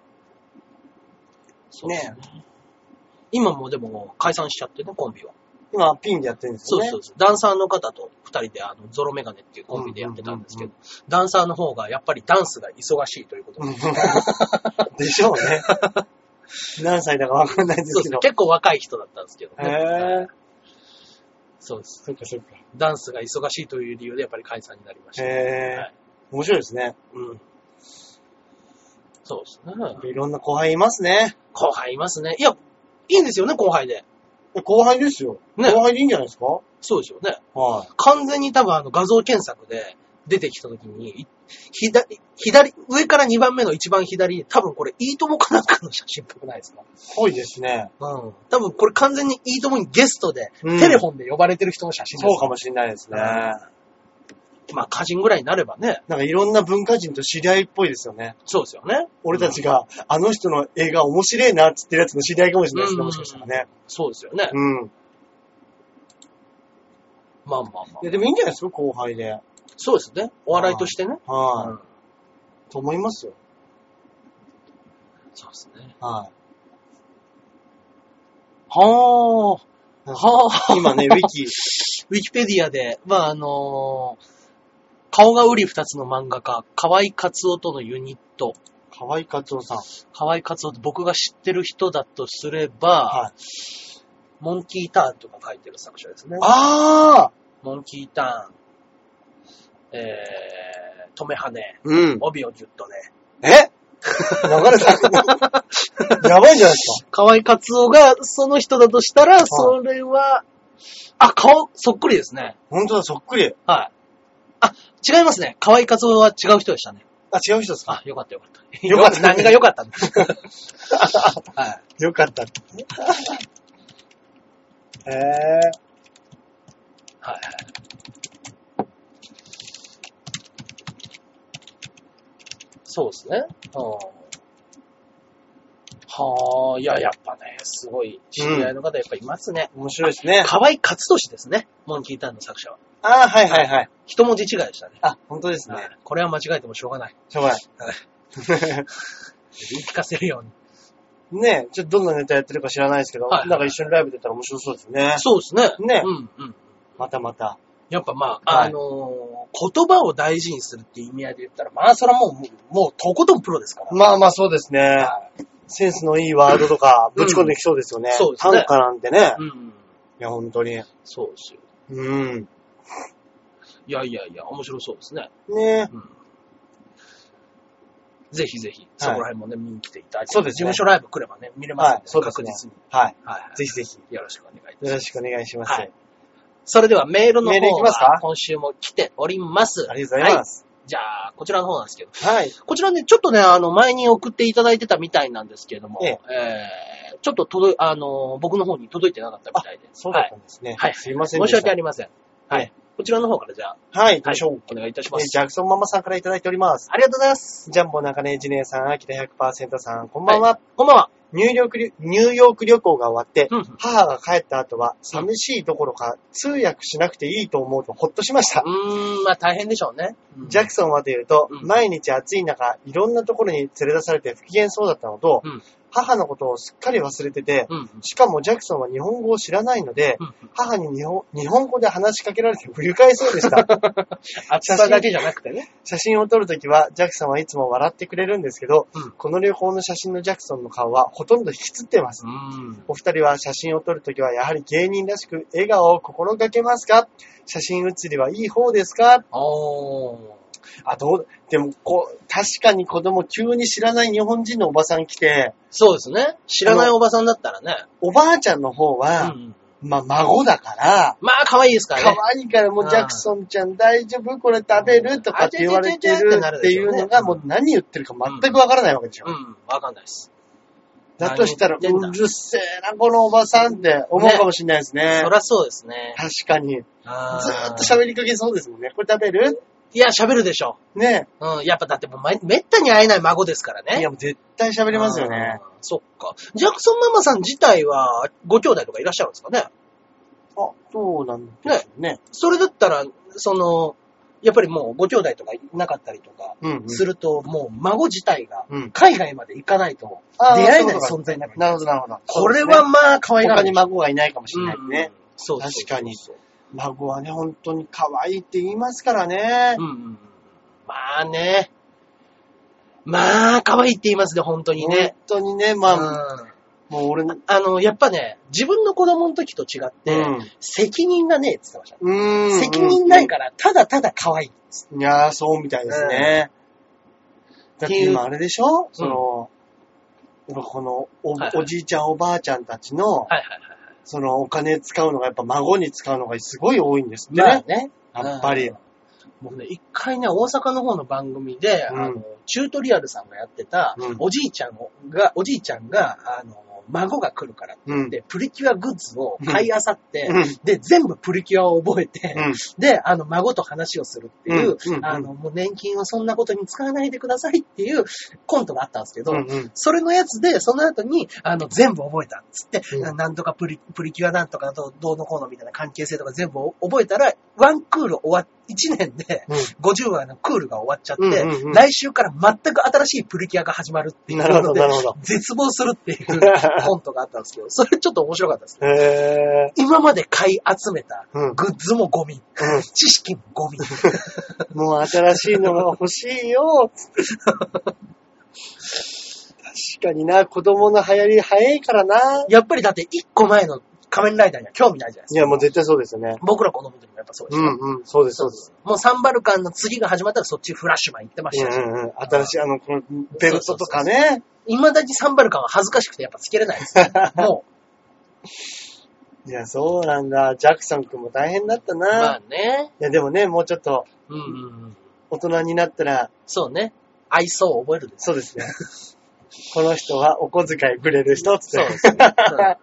そうですね。今もでも解散しちゃってね、コンビは。 今、ピンでやってるんですよね。 そうそうそう。ダンサーの方と二人で、あの、ゾロメガネっていうコンビでやってたんですけど、うんうんうんうん、ダンサーの方がやっぱりダンスが忙しいということで。 でしょうね。何歳だかわかんないですけど。そうですね。 結構若い人だったんですけどね。 へー。 そうです。 そっかそっか。 ダンスが忙しいという理由でやっぱり解散になりました、ね。 へー。はい、面白いですね。 うん。そうですね。 いろんな後輩いますね。 後輩いますね。いや、いいんですよね、後輩で。 後輩ですよ。ね。後輩でいいんじゃないですか？ そうですよね。 はい。 完全に多分あの画像検索で出てきた時に、左、左、上からにばんめの一番左、多分これいいともかなんかの写真っぽくないですか？ 濃いですね。 うん。多分これ完全にいいともにゲストで、うん、テレフォンで呼ばれてる人の写真です、ね。 そうかもしれないですね。 まあ、歌人ぐらいになればね。 なんかいろんな文化人と知り合いっぽいですよね。 そうですよね。 俺たちが、あの人の映画面白いなって言ってるやつの知り合いかもしれないですね、もしかしたらね。 そうですよね。 うん。 まあまあまあ。 いや、でもいいんじゃないですか、後輩で。 そうですね。お笑いとしてね。 はい。うん、と思いますよ。 そうですね。 はい。 はあ。はあ。今ね、ウィキ。 ウィキペディアで、まあ、あのー、顔が売り二つの漫画家、河合克夫とのユニット。 河合克夫さん。 河合克夫って僕が知ってる人だとすれば、はい、モンキーターンとか書いてる作者ですね。 ああモンキーターン、えー、止めはね、 うん、 帯をギュッとね。 え流れた。やばいじゃないですか。 河合克夫がその人だとしたら、はい、それは、あ、顔、そっくりですね。 ほんとだ、そっくり。 はい。あ、違いますね。河合克夫は違う人でしたね。 あ、違う人ですか？ あ、よかったよかった。 よかった。 何がよかったんですか？ はい。よかった。へぇー。 はい。そうですね。はあ、いや、やっぱね、すごい知り合いの方やっぱいますね。 うん、面白いですね。 河合克俊ですね。モンキーターンの作者は。 ああ、はいはいはい。 一文字違いでしたね。 あ、本当ですね。 これは間違えてもしょうがない。 しょうがない。 はい。言い聞かせるように。 ねえ、ちょっとどんなネタやってるか知らないですけど、はいはい、なんか一緒にライブ出たら面白そうですね。 そうですね。 ねえ。 うんうん。 またまた。 やっぱまあ、はい、あのー、言葉を大事にするっていう意味合いで言ったら、まあそれはもう、もうとことんプロですから。 まあまあそうですね。はい、センスのいいワードとかぶち込んできそうですよね。うん、そうですね。短歌なんてね。うん。いや、本当に。 そうですよ。 うん。 いやいやいや、面白そうですね。 ねえ。うん、 ぜひぜひ、そこら辺もね、はい、見に来ていただいて。 そうですね。 事務所ライブ来ればね、見れますので、はい、 そうですね、 確実に。 はい。はい。ぜひぜひ。 よろしくお願いいたします。 よろしくお願いします。はい。 それではメールの方が今週も来ております。 ありがとうございます。 はい、じゃあ、こちらの方なんですけど。 はい。 こちらね、ちょっとね、あの、前に送っていただいてたみたいなんですけれども、えええー、ちょっと届い、あの、僕の方に届いてなかったみたいで。 そうだったんですね。 はい。 すいませんでした。申し訳ありません。はい。こちらの方からじゃあ。 はい、行きましょう。 はい、お願いいたします。 ジャクソンママさんからいただいております。 ありがとうございます。 ジャンボ中根ジネさん、秋田 ひゃくパーセント さん、こんばんは。はい、 こんばんは。 ニューヨーク、ニューヨーク旅行が終わって、うん、母が帰った後は、寂しいどころか、通訳しなくていいと思うとほっとしました。 うーん、まあ大変でしょうね。 うん、ジャクソンはというと、うん、毎日暑い中、いろんなところに連れ出されて不機嫌そうだったのと、うん、 母のことをすっかり忘れてて、うん、しかもジャクソンは日本語を知らないので、うん、母に日本、日本語で話しかけられて不愉快そうでした。 暑さだけじゃなくてね。 写真を撮るときは、ジャクソンはいつも笑ってくれるんですけど、うん、この旅行の写真のジャクソンの顔はほとんど引きつってます。うん、お二人は写真を撮るときはやはり芸人らしく笑顔を心がけますか？写真写りはいい方ですか？おー。あ、どう、でも、こう、確かに子供、急に知らない日本人のおばさん来て。 そうですね。知らないおばさんだったらね。 おばあちゃんの方は、うん、まあ、孫だから。 まあ、可愛いですからね。 可愛いから、もう、ジャクソンちゃん大丈夫？これ食べる？とかって言われてるっていうのが、もう何言ってるか全くわからないわけでしょ。 うん、うん、わかんないです。 だとしたら、うるせえな、このおばさんって思うかもしれないですね。ね、 そりゃそうですね。 確かに。ずーっと喋りかけそうですもんね。これ食べる？ いや、喋るでしょ。 ね。 うん。やっぱだってもうめ、めったに会えない孫ですからね。 いや、もう絶対喋りますよね。 そっか。ジャクソンママさん自体は、ご兄弟とかいらっしゃるんですかね？ あ、そうなんですね。ね。 それだったら、その、やっぱりもうご兄弟とかいなかったりとか、すると、うんうん、もう孫自体が海外まで行かないと出会えない存在になる。 なるほど、なるほど。 これはまあ可愛いな。 他に孫がいないかもしれないね。うん、 そう確かに。孫はね、本当に可愛いって言いますからね。うんうん、 まあね。まあ、可愛いって言いますね、本当にね。 本当にね、まあ、うん、もう俺の、 あの、やっぱね、自分の子供の時と違って、うん、責任がねえって言ってました。うーん責任ないから、ただただ可愛い。 いやー、そうみたいですね。うん、だって今あれでしょ、うん、その、このお、はいはい、おじいちゃんおばあちゃんたちの、はいはいはい、そのお金使うのがやっぱ孫に使うのがすごい多いんですってね。まあね。やっぱり。 もうね、一回ね、大阪の方の番組で、うん、あの、チュートリアルさんがやってた、うん、おじいちゃんが、おじいちゃんが、あの、孫が来るからって言って、うん、プリキュアグッズを買い漁って、うん、で、全部プリキュアを覚えて、うん、で、あの、孫と話をするっていう、うん、あの、もう年金をそんなことに使わないでくださいっていうコントがあったんですけど、うんうん、それのやつで、その後に、あの、全部覚えたっつって、うん、なんとかプリ、プリキュアなんとかどう、どうのこうのみたいな関係性とか全部覚えたら、ワンクール終わっいちねんでごじゅうわのクールが終わっちゃって、うんうんうん、来週から全く新しいプリキュアが始まるっていうので、絶望するっていうコントがあったんですけど、それちょっと面白かったですね。へー、今まで買い集めたグッズもゴミ、うん、知識もゴミ。 もう新しいのが欲しいよ。確かにな、子供の流行り早いからな。 やっぱりだっていっこまえの仮面ライダーには興味ないじゃないですか。 いや、もう絶対そうですよね。 僕ら子供の時もやっぱそうでしょ。 うんうん、そうです、そうです。 もうサンバルカンの次が始まったらそっちフラッシュマン行ってましたし。 うんうん、新しい、あの、このベルトとかね。 未だにサンバルカンは恥ずかしくてやっぱつけれないです。もう。いや、そうなんだ。ジャクソン君も大変だったな。 まあね。 いや、でもね、もうちょっと、うんうんうん、大人になったら。 そうね。愛想を覚えるです。 そうですね。この人はお小遣いくれる人って。 そうですね。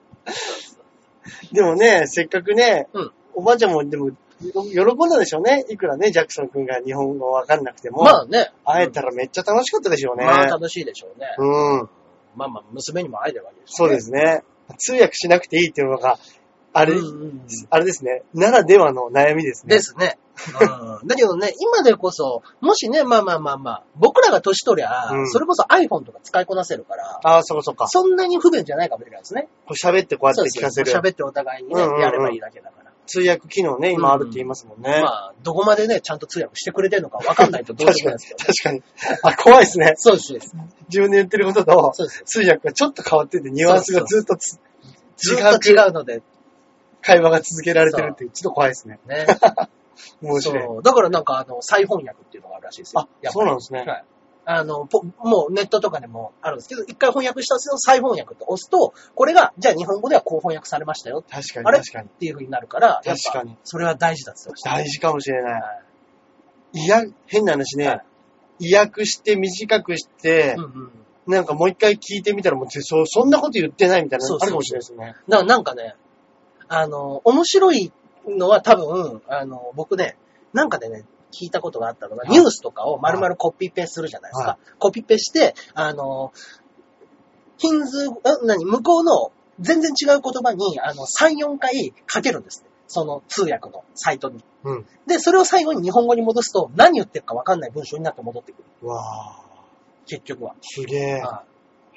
でもね、せっかくね、うん、おばあちゃんもでも喜んだでしょうね。いくらね、ジャクソン君が日本語わかんなくても。 まあね。 会えたらめっちゃ楽しかったでしょうね。 まあ楽しいでしょうね。 うん。 まあまあ、娘にも会えるわけですね。 そうですね。通訳しなくていいっていうのが、あれ、うんうんうん、あれですね。ならではの悩みですね。 ですね。うん、だけどね、今でこそ、もしね、まあまあまあまあ、僕らが年取りゃ、うん、それこそ iPhone とか使いこなせるから、 ああ、そうかそうか。 そんなに不便じゃないかもしれないですね。 こう喋ってこうやって聞かせる。 喋ってお互いにね、うんうんうん、やればいいだけだから。 通訳機能ね、今あるって言いますもんね。うん、 まあ、どこまでね、ちゃんと通訳してくれてるのか分かんないとどうしようもないですけど、 ね。確かに。確かに。あ、怖いですね。 そうです、そうです。 自分で言ってることと、通訳がちょっと変わってて、ニュアンスがずっとつずっと違うので、 会話が続けられてるって、ちょっと怖いですね。 ね。 面白い。 そう。だからなんか、あの、再翻訳っていうのがあるらしいですよ。 あ、そうなんですね。 はい。あの、もうネットとかでもあるんですけど、一回翻訳したんですけど、再翻訳って押すと、これが、じゃあ日本語ではこう翻訳されましたよ。 確かに、確かに。 っていう風になるから、 確かに。 それは大事だって言ってました。 大事かもしれない。はい、いや、変な話ね、はい、意訳して短くして、うんうん、なんかもう一回聞いてみたらもうそ、そんなこと言ってないみたいなのあるかもしれないですね。 だからなんかね、あの、面白いのは多分、あの、僕ね、なんかでね、聞いたことがあったのが、ニュースとかを丸々コピペするじゃないですか。はい、コピペして、あの、ヒンズー、何、向こうの全然違う言葉に、あの、さん、よんかい書けるんですね。その通訳のサイトに。うん、で、それを最後に日本語に戻すと、何言ってるか分かんない文章になって戻ってくる。 わー。 結局は。 すげー。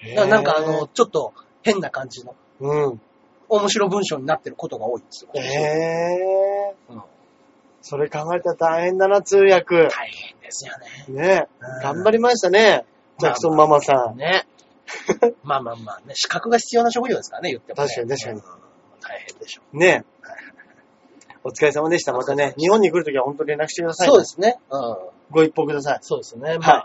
だからなんかあの、ちょっと変な感じの、 うん。 面白文章になってることが多いんですよ。 へえー。うん。それ考えたら大変だな、通訳。 大変ですよね。 ねえ。頑張りましたね。ジャクソンママさん。まあまあね。まあまあまあね。資格が必要な職業ですからね、言っても、ね。 確かに確かに。うん、 大変でしょう。 ねえ。お疲れ様でした。またね、日本に来るときは本当に連絡してください、ね。 そうですね。うん。 ご一報ください。 そうですね。まあ、はい、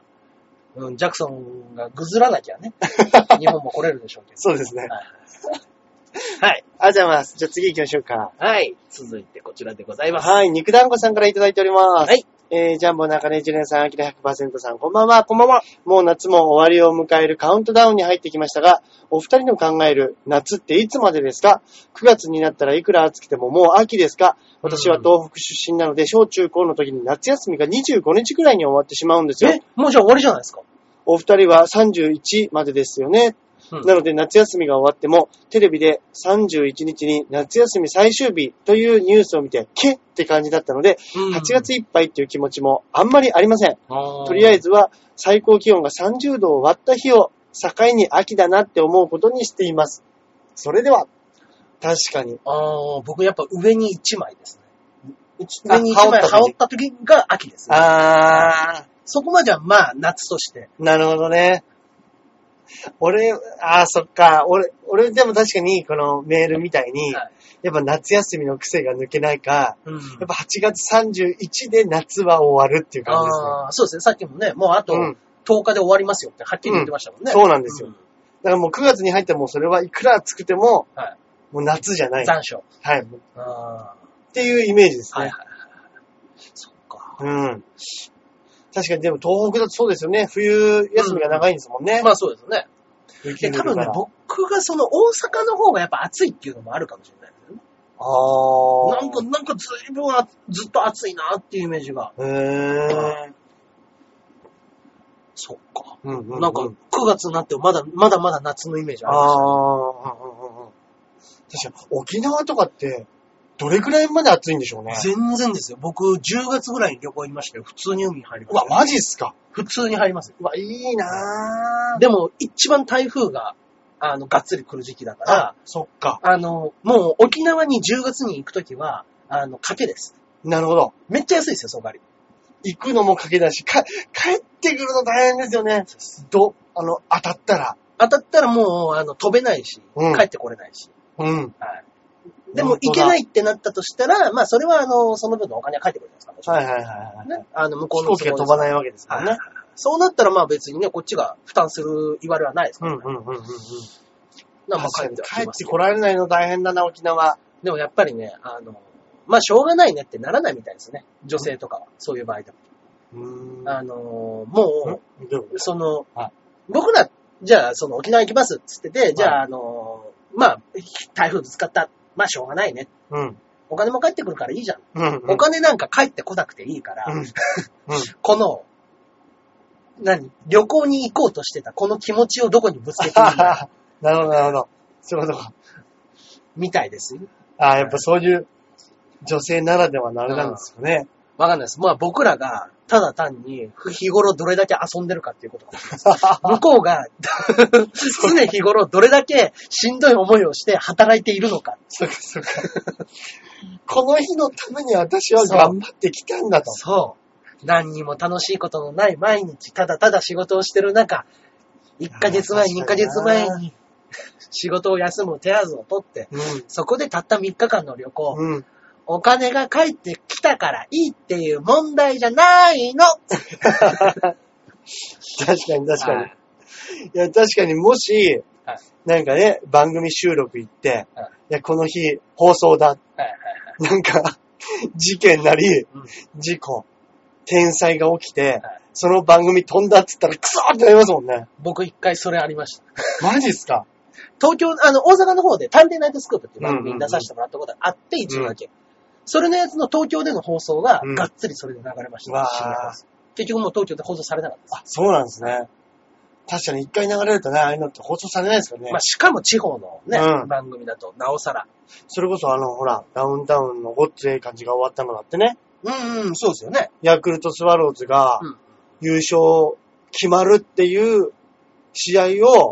うん、ジャクソンがぐずらなきゃね。日本も来れるでしょうけど。 そうですね。はい。 はい。 ありがとうございます。じゃあ次行きましょうか。 はい。続いてこちらでございます。 はい。肉団子さんからいただいております。 はい。 えー、ジャンボ中根一年さん、アキラ ひゃくパーセント さん、こんばんは、こんばんは。もう夏も終わりを迎えるカウントダウンに入ってきましたが、お二人の考える夏っていつまでですか？ く 月になったらいくら暑くてももう秋ですか？私は東北出身なので、小中高の時に夏休みがにじゅうごにちくらいに終わってしまうんですよ。 え、もうじゃあ終わりじゃないですか？ お二人はさんじゅういちまでですよね。うん、なので夏休みが終わってもテレビでさんじゅういちにちに夏休み最終日というニュースを見てけって感じだったので、うん、はちがついっぱいっていう気持ちもあんまりありません。とりあえずは最高気温がさんじゅうどを割った日を境に秋だなって思うことにしています。それでは確かに。 あ僕やっぱ上にいちまいですね。上にいちまい羽織った時が秋ですね。 あー。 そこまではまあ夏として。 なるほどね。俺、ああ、そっか。俺、俺でも確かにこのメールみたいに、はい、やっぱ夏休みの癖が抜けないか、うん、やっぱはちがつさんじゅういちで夏は終わるっていう感じですね。 あそうですね。さっきもね、もうあととおかで終わりますよってはっきり言ってましたもんね。 うん、そうなんですよ。うん、だからもうくがつに入ってもそれはいくら暑くても、はい、もう夏じゃない。 残暑。 はい。あっていうイメージですね。はいはいはい。 そっか。 うん。確かにでも東北だとそうですよね。冬休みが長いんですもんね。 うん、まあそうですね。で多分ね、僕がその大阪の方がやっぱ暑いっていうのもあるかもしれないですよね。ああ。なんか、なんかずいぶんずっと暑いなっていうイメージが。へー。そっか。うんうんうん、なんかくがつになってまだ、まだまだ夏のイメージありましたね。ああ。確かに沖縄とかって、どれくらいまで暑いんでしょうね。 全然ですよ。僕、じゅうがつぐらいに旅行行きましたよ。普通に海に入りました。 うわ、マジっすか？ 普通に入りますよ。 うわ、いいなぁ。 でも、一番台風が、あの、がっつり来る時期だから、 あ、そっか。 あの、もう沖縄にじゅうがつに行くときは、あの、賭けです。 なるほど。 めっちゃ安いですよ、そばり。 行くのも賭けだし、か、帰ってくるの大変ですよね。ど、あの、当たったら。 当たったらもう、あの、飛べないし、うん、帰ってこれないし。 うん。 はい。でも、行けないってなったとしたら、まあ、それは、あの、その分のお金は返ってくるじゃないですか。 はいはいはい、はい。 ね。あの、向こうの飛行機が飛ばないわけですからね。はいはいはい、 そうなったら、まあ別にね、こっちが負担する言われはないですからね。 うんうんうんうん。 まあ帰って帰ってこられないの大変だな、沖縄。 でもやっぱりね、あの、まあしょうがないねってならないみたいですね。女性とかは、そういう場合でも。うーんあの、もう、その、僕ら、じゃあ、その沖縄行きますっつってて、じゃあ、あの、まあ、台風ぶつかった。まあしょうがないね。うん。お金も返ってくるからいいじゃん。うんうん、お金なんか返ってこなくていいから、うんうん、この、何旅行に行こうとしてたこの気持ちをどこにぶつけていいんだなるほど、なるほど。そういうことか。 みたいですよ。 ああ、やっぱそういう女性ならではのあれなんですよね。 わかんないです。まあ僕らが、ただ単に日頃どれだけ遊んでるかっていうことかもしれないです。向こうが常日頃どれだけしんどい思いをして働いているのか。 そうかそうか。この日のために私は頑張ってきたんだと。 そう。何にも楽しいことのない毎日、ただただ仕事をしてる中、いっかげつまえ、にかげつまえに仕事を休む手はずを取って、うん、そこでたったみっかかんの旅行、うん、お金が返ってきたからいいっていう問題じゃないの確かに確かに。いや、確かにもし、はい、なんかね、番組収録行って、はい、いや、この日放送だ。はいはいはい、なんか、事件なり、うん、事故、天災が起きて、はい、その番組飛んだって言ったらクソーってなりますもんね。 僕一回それありました。 マジっすか？ 東京、あの、大阪の方で探偵ナイトスクープっていう番組に出させてもらったことがあって、一度だけ。うん、それのやつの東京での放送が、がっつりそれで流れました。うん、結局もう東京で放送されなかったです。 あ、そうなんですね。確かに一回流れるとね、ああいうのって放送されないですよね。 まあ、しかも地方のね、うん、番組だと、なおさら。 それこそあの、ほら、ダウンタウンのごっつええ感じが終わったのだってね。 うんうん、そうですよね。 ヤクルトスワローズが優勝決まるっていう試合を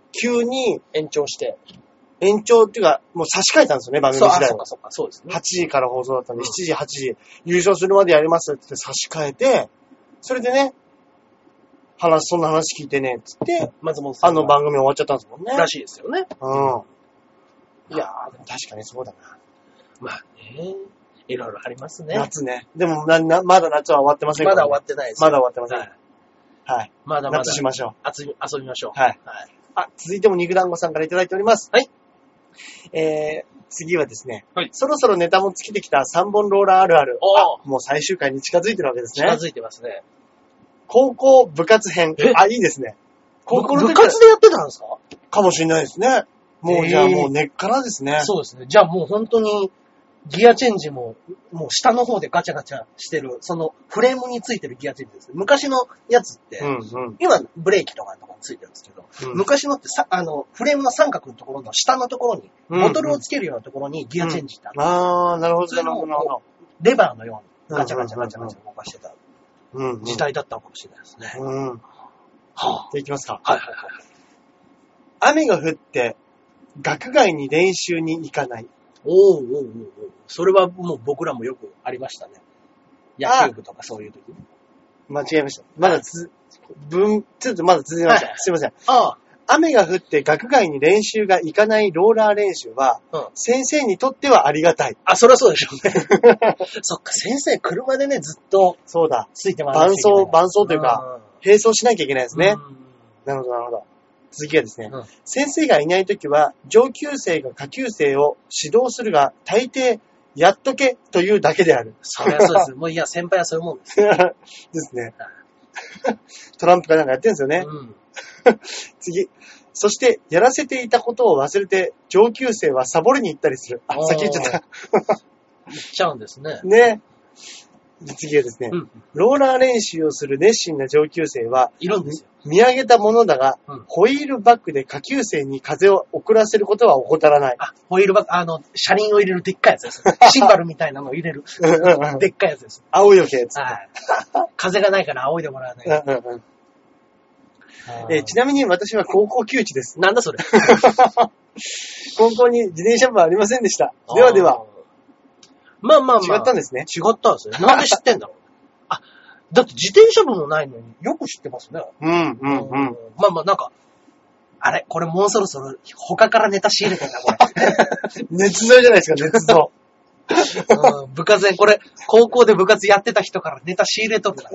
急に延長して。 延長っていうか、もう差し替えたんですよね、番組時代を。 そうか、そうか、そうですね。 はちじから放送だったんで、うん、しちじ、はちじ、優勝するまでやりますって差し替えて、それでね、話、そんな話聞いてね、つって、松本さんあの番組終わっちゃったんですもんね。 らしいですよね。 うん。いやー、でも確かにそうだな。 まあね、いろいろありますね。 夏ね。でもな、な、まだ夏は終わってませんから、ね。 まだ終わってないです。 まだ終わってません。はい。はい。 まだまだ。 夏しましょう。 遊び、遊びましょう。 はい。はい。あ、続いても肉団子さんからいただいております。 はい。 えー、次はですね、 はい。 そろそろネタも尽きてきたさんぼんローラーあるある。 おもう最終回に近づいてるわけですね。 近づいてますね。 高校部活編。あ、いいですね。 高校部活でやってたんですか？ かもしれないですね。もうじゃあもう根っからですね。 そうですね。じゃあもう本当にギアチェンジも、もう下の方でガチャガチャしてる、そのフレームについてるギアチェンジですね。昔のやつって、うんうん、今ブレーキとかとかついてるんですけど、うん、昔のってさ、あの、フレームの三角のところの下のところに、ボトルをつけるようなところにギアチェンジってある、 うんうん。ああ、なるほど、なるほど。 レバーのようにガチャガチャガチャガチャ動かしてた時代だったのかもしれないですね。 うん。はあ、じゃあいきますか。 はいはいはい。 雨が降って、学外に練習に行かない。 おーおーおーおー。それはもう僕らもよくありましたね。野球部とかそういう時に。 間違えました。まだつ、文、ちょっとまだ続いてました。はい、すいません。 ああ。 雨が降って学外に練習が行かないローラー練習は、うん、先生にとってはありがたい。 あ、そりゃそうでしょうね。そっか、先生車でね、ずっと。 そうだ。 ついてます。 伴走、伴走というか、並走しなきゃいけないですね。なるほど、なるほど。続きはですね、うん、先生がいないときは、上級生が下級生を指導するが、大抵、やっとけというだけである。 そりゃそうです。もういや、先輩はそういうもんです。 ですね。トランプかなんかやってるんですよね。うん、次。そして、やらせていたことを忘れて、上級生はサボりに行ったりする。あ、先言っちゃった。 言っちゃうんですね。 ね。次はですね、うん、ローラー練習をする熱心な上級生は、 いるんですよ。 見上げたものだが、うん、ホイールバッグで下級生に風を送らせることは怠らない。 あ、ホイールバッグ、あの、車輪を入れるでっかいやつです。シンバルみたいなのを入れる。でっかいやつです。 青いよけ、つって。 はい。風がないから青いでもらわない。うんうんうんえー、ちなみに私は高校旧知です。 なんだそれ。 高校に自転車部はありませんでした。ではでは。 まあまあまあ。 違ったんですね。 違ったんですね。なんで知ってんだろう。あ、だって自転車部もないのによく知ってますね。 うんうんうん。 まあまあなんか、あれこれもうそろそろ他からネタ仕入れてんだこれ。 捏造じゃないですか、捏造。 うん、部活で、これ、高校で部活やってた人からネタ仕入れとるな。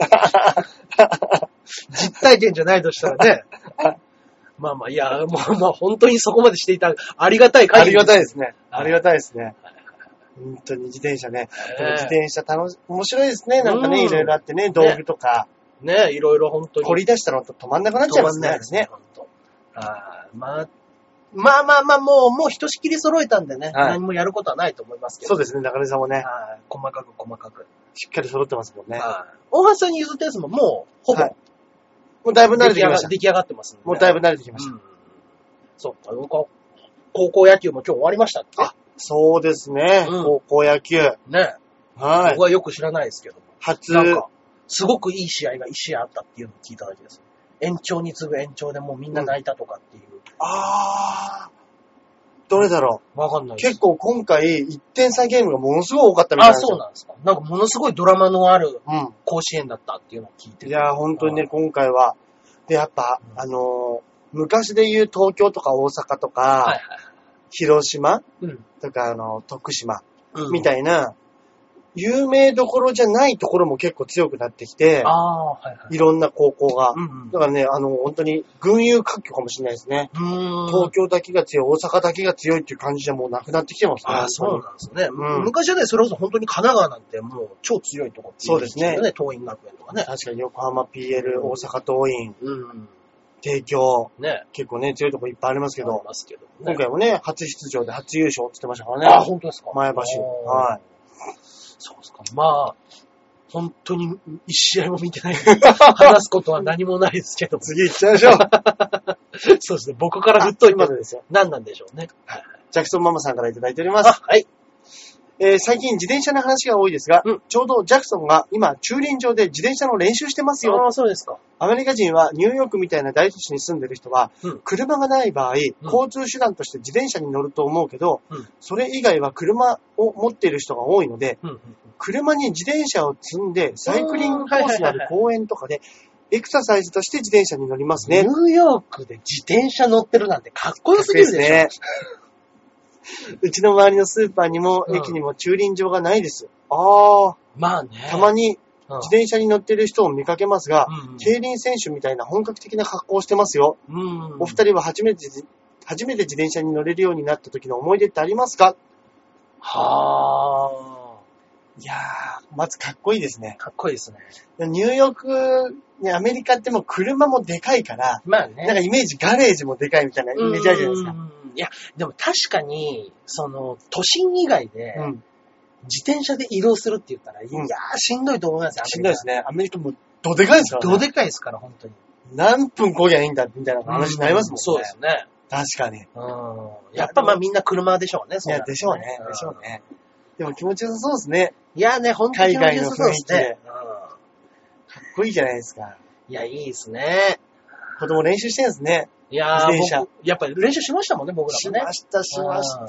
実体験じゃないとしたらね。まあまあ、いや、もう、まあ本当にそこまでしていた、ありがたい限り。 ありがたいですね。ありがたいですね。本当に自転車ね。自転車楽し、面白いですね。なんかね、いろいろあってね、道具とか。 ね、いろいろ本当に。 凝り出したら止まんなくなっちゃいますね。止まんないですね。本当。あまあ、まあまあまあ、もう、もうひとしきり揃えたんでね、はい、何もやることはないと思いますけど。 そうですね、中根さんもね。 はい。細かく細かく。 しっかり揃ってますもんね。 はい。大橋さんに譲ったやつももう、ほぼ、はい、 もうだいぶ慣れてきました。 出来上がってますんで、ね。 もうだいぶ慣れてきました。うん、 そっか、高校野球も今日終わりましたって。 あ、そうですね。うん、高校野球。 ね。はい。僕はよく知らないですけども。 初。 なんか、すごくいい試合が一試合あったっていうのを聞いただけです。延長に次ぐ延長でもうみんな泣いたとかっていう。うん、 あー。どれだろうわかんないです。 結構今回いってん差ゲームがものすごい多かったみたいな。 あ、そうなんですか。なんかものすごいドラマのある甲子園だったっていうのを聞いて、 うん、いや、本当にね、今回は。で、やっぱ、うん、あのー、昔で言う東京とか大阪とか、はいはい、広島、うん、とか、あの、徳島、うん、みたいな、有名どころじゃないところも結構強くなってきて、 あはいはい、 いろんな高校が、うんうん。だからね、あの、本当に群雄割拠かもしれないですね。うーん東京だけが強い、大阪だけが強いっていう感じじゃもうなくなってきてますね。 あそうなんですね、うん。昔はね、それこそ本当に神奈川なんてもう超強いところっていう、ね、そうですね。桐蔭学園とかね。 確かに横浜 ピーエル、うん、大阪桐蔭、うん、帝京、ね、結構ね、強いところいっぱいありますけど、 ありますけどね、 今回もね、初出場で初優勝って言ってましたからね。 あ、本当ですか。 前橋。はい。 そうですか。まあ、本当に一試合も見てない。話すことは何もないですけど。 次行っちゃいましょう。 そうですね。僕から振っといてですよ。何なんでしょうね。 ジャクソンママさんからいただいております。 はい。 えー、最近自転車の話が多いですが、 うん、 ちょうどジャクソンが今駐輪場で自転車の練習してますよ。 ああ、そうですか。 アメリカ人はニューヨークみたいな大都市に住んでる人は、うん、車がない場合、うん、交通手段として自転車に乗ると思うけど、うん、それ以外は車を持っている人が多いので、うんうんうん、車に自転車を積んでサイクリングコースのある公園とかでエクササイズとして自転車に乗りますね。 ニューヨークで自転車乗ってるなんてかっこよすぎるでしょ。ですね。 うちの周りのスーパーにも、うん、駅にも駐輪場がないです。ああ。 まあね。 たまに自転車に乗ってる人を見かけますが、うんうん、競輪選手みたいな本格的な格好をしてますよ。うんうん、お二人は初めて、初めて自転車に乗れるようになった時の思い出ってありますか？ はあ。 いやー、まずかっこいいですね。 かっこいいですね。 ニューヨーク、ね、アメリカってもう車もでかいから、まあね。なんかイメージガレージもでかいみたいなイメージあるじゃないですか。 いや、でも確かに、その、都心以外で、うん、自転車で移動するって言ったら、うん、いやー、しんどいと思いますよ。 しんどいですね。アメリカもどでかいですからね。どでかいですから、本当に。 何分こぎゃいいんだ、みたいな話になりますもんね。 そうですね。 確かに。 うん。やっぱまあみんな車でしょうね、 そう、ね。いや、でしょうね。でしょうね。でも気持ちよさそうですね。 いやね、本当に気持ちよさそうですね。 海外の雰囲気で。うん。かっこいいじゃないですか。 いや、いいですね。 子供練習してるんですね。 いやー、自転車。やっぱり練習しましたもんね、僕らもね。 しました、しました。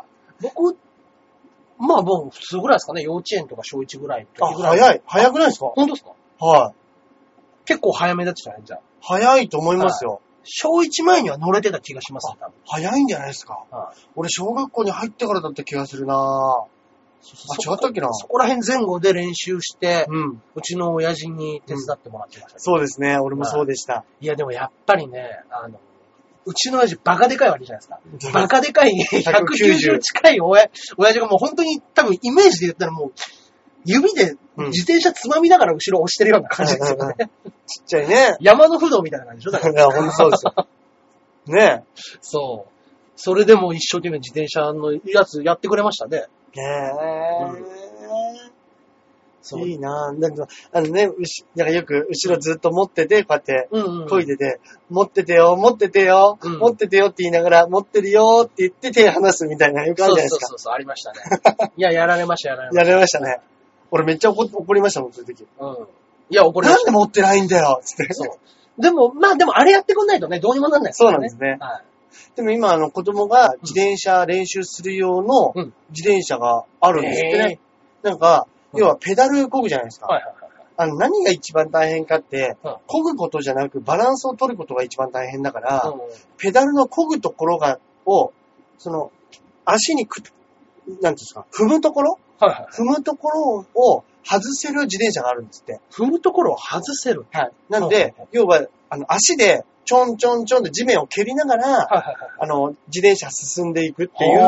僕、まあもう普通ぐらいですかね、幼稚園とか小いちぐらいの時ぐらい。 あ、早い。早くないですか？ 本当ですか？ はい。 結構早めだったじゃないじゃあ。 早いと思いますよ。 小いち前には乗れてた気がしますね、多分。 早いんじゃないですか。はい、俺、小学校に入ってからだった気がするなぁ。あ、違ったっけな。 そこら辺前後で練習して、うん、うちの親父に手伝ってもらってました、ねうん。そうですね、俺もそうでした。 いや、でもやっぱりね、あの、うちの親父バカでかいわけじゃないですか。バカでかいひゃくきゅうじゅう近い親親父がもう本当に多分イメージで言ったらもう、指で自転車つまみながら後ろ押してるような感じですよね。 ちっちゃいね。 山の不動みたいな感じでしょだから。 いや、ほんとそうですよ。ねえ。 そう。それでも一生懸命自転車のやつやってくれましたね。 へぇー。うん、いいなぁ。なんか、あのね、うし、なんかよく後ろずっと持ってて、こうやって、漕いでて、うんうん、持っててよ、持っててよ、うん、持っててよって言いながら、持ってるよって言って手離すみたいな、よくあるじゃないですか。 そうそうそう、ありましたね。いや、やられました、やられました。 やられましたね。俺めっちゃ怒怒りましたもん、そういう時。 うん。いや、怒りました。 なんで持ってないんだよつって。 そう。でも、まあでもあれやってくんないとね、どうにもなんないですからね。そうなんですね。はい。でも今、あの、子供が自転車練習する用の自転車があるんですってね。うん、なんか、要はペダル漕ぐじゃないですか。はいはいはい。あの、何が一番大変かって、うん、漕ぐことじゃなくバランスを取ることが一番大変だから、うん、ペダルの漕ぐところが、を、その、足にく、なんていうんですか、踏むところ、はいはい、踏むところを外せる自転車があるんですって。 踏むところを外せる？ はい。なんで、うん、要は、あの、足で、ちょんちょんちょんで地面を蹴りながら、はいはいはい、あの、自転車進んでいくっていう。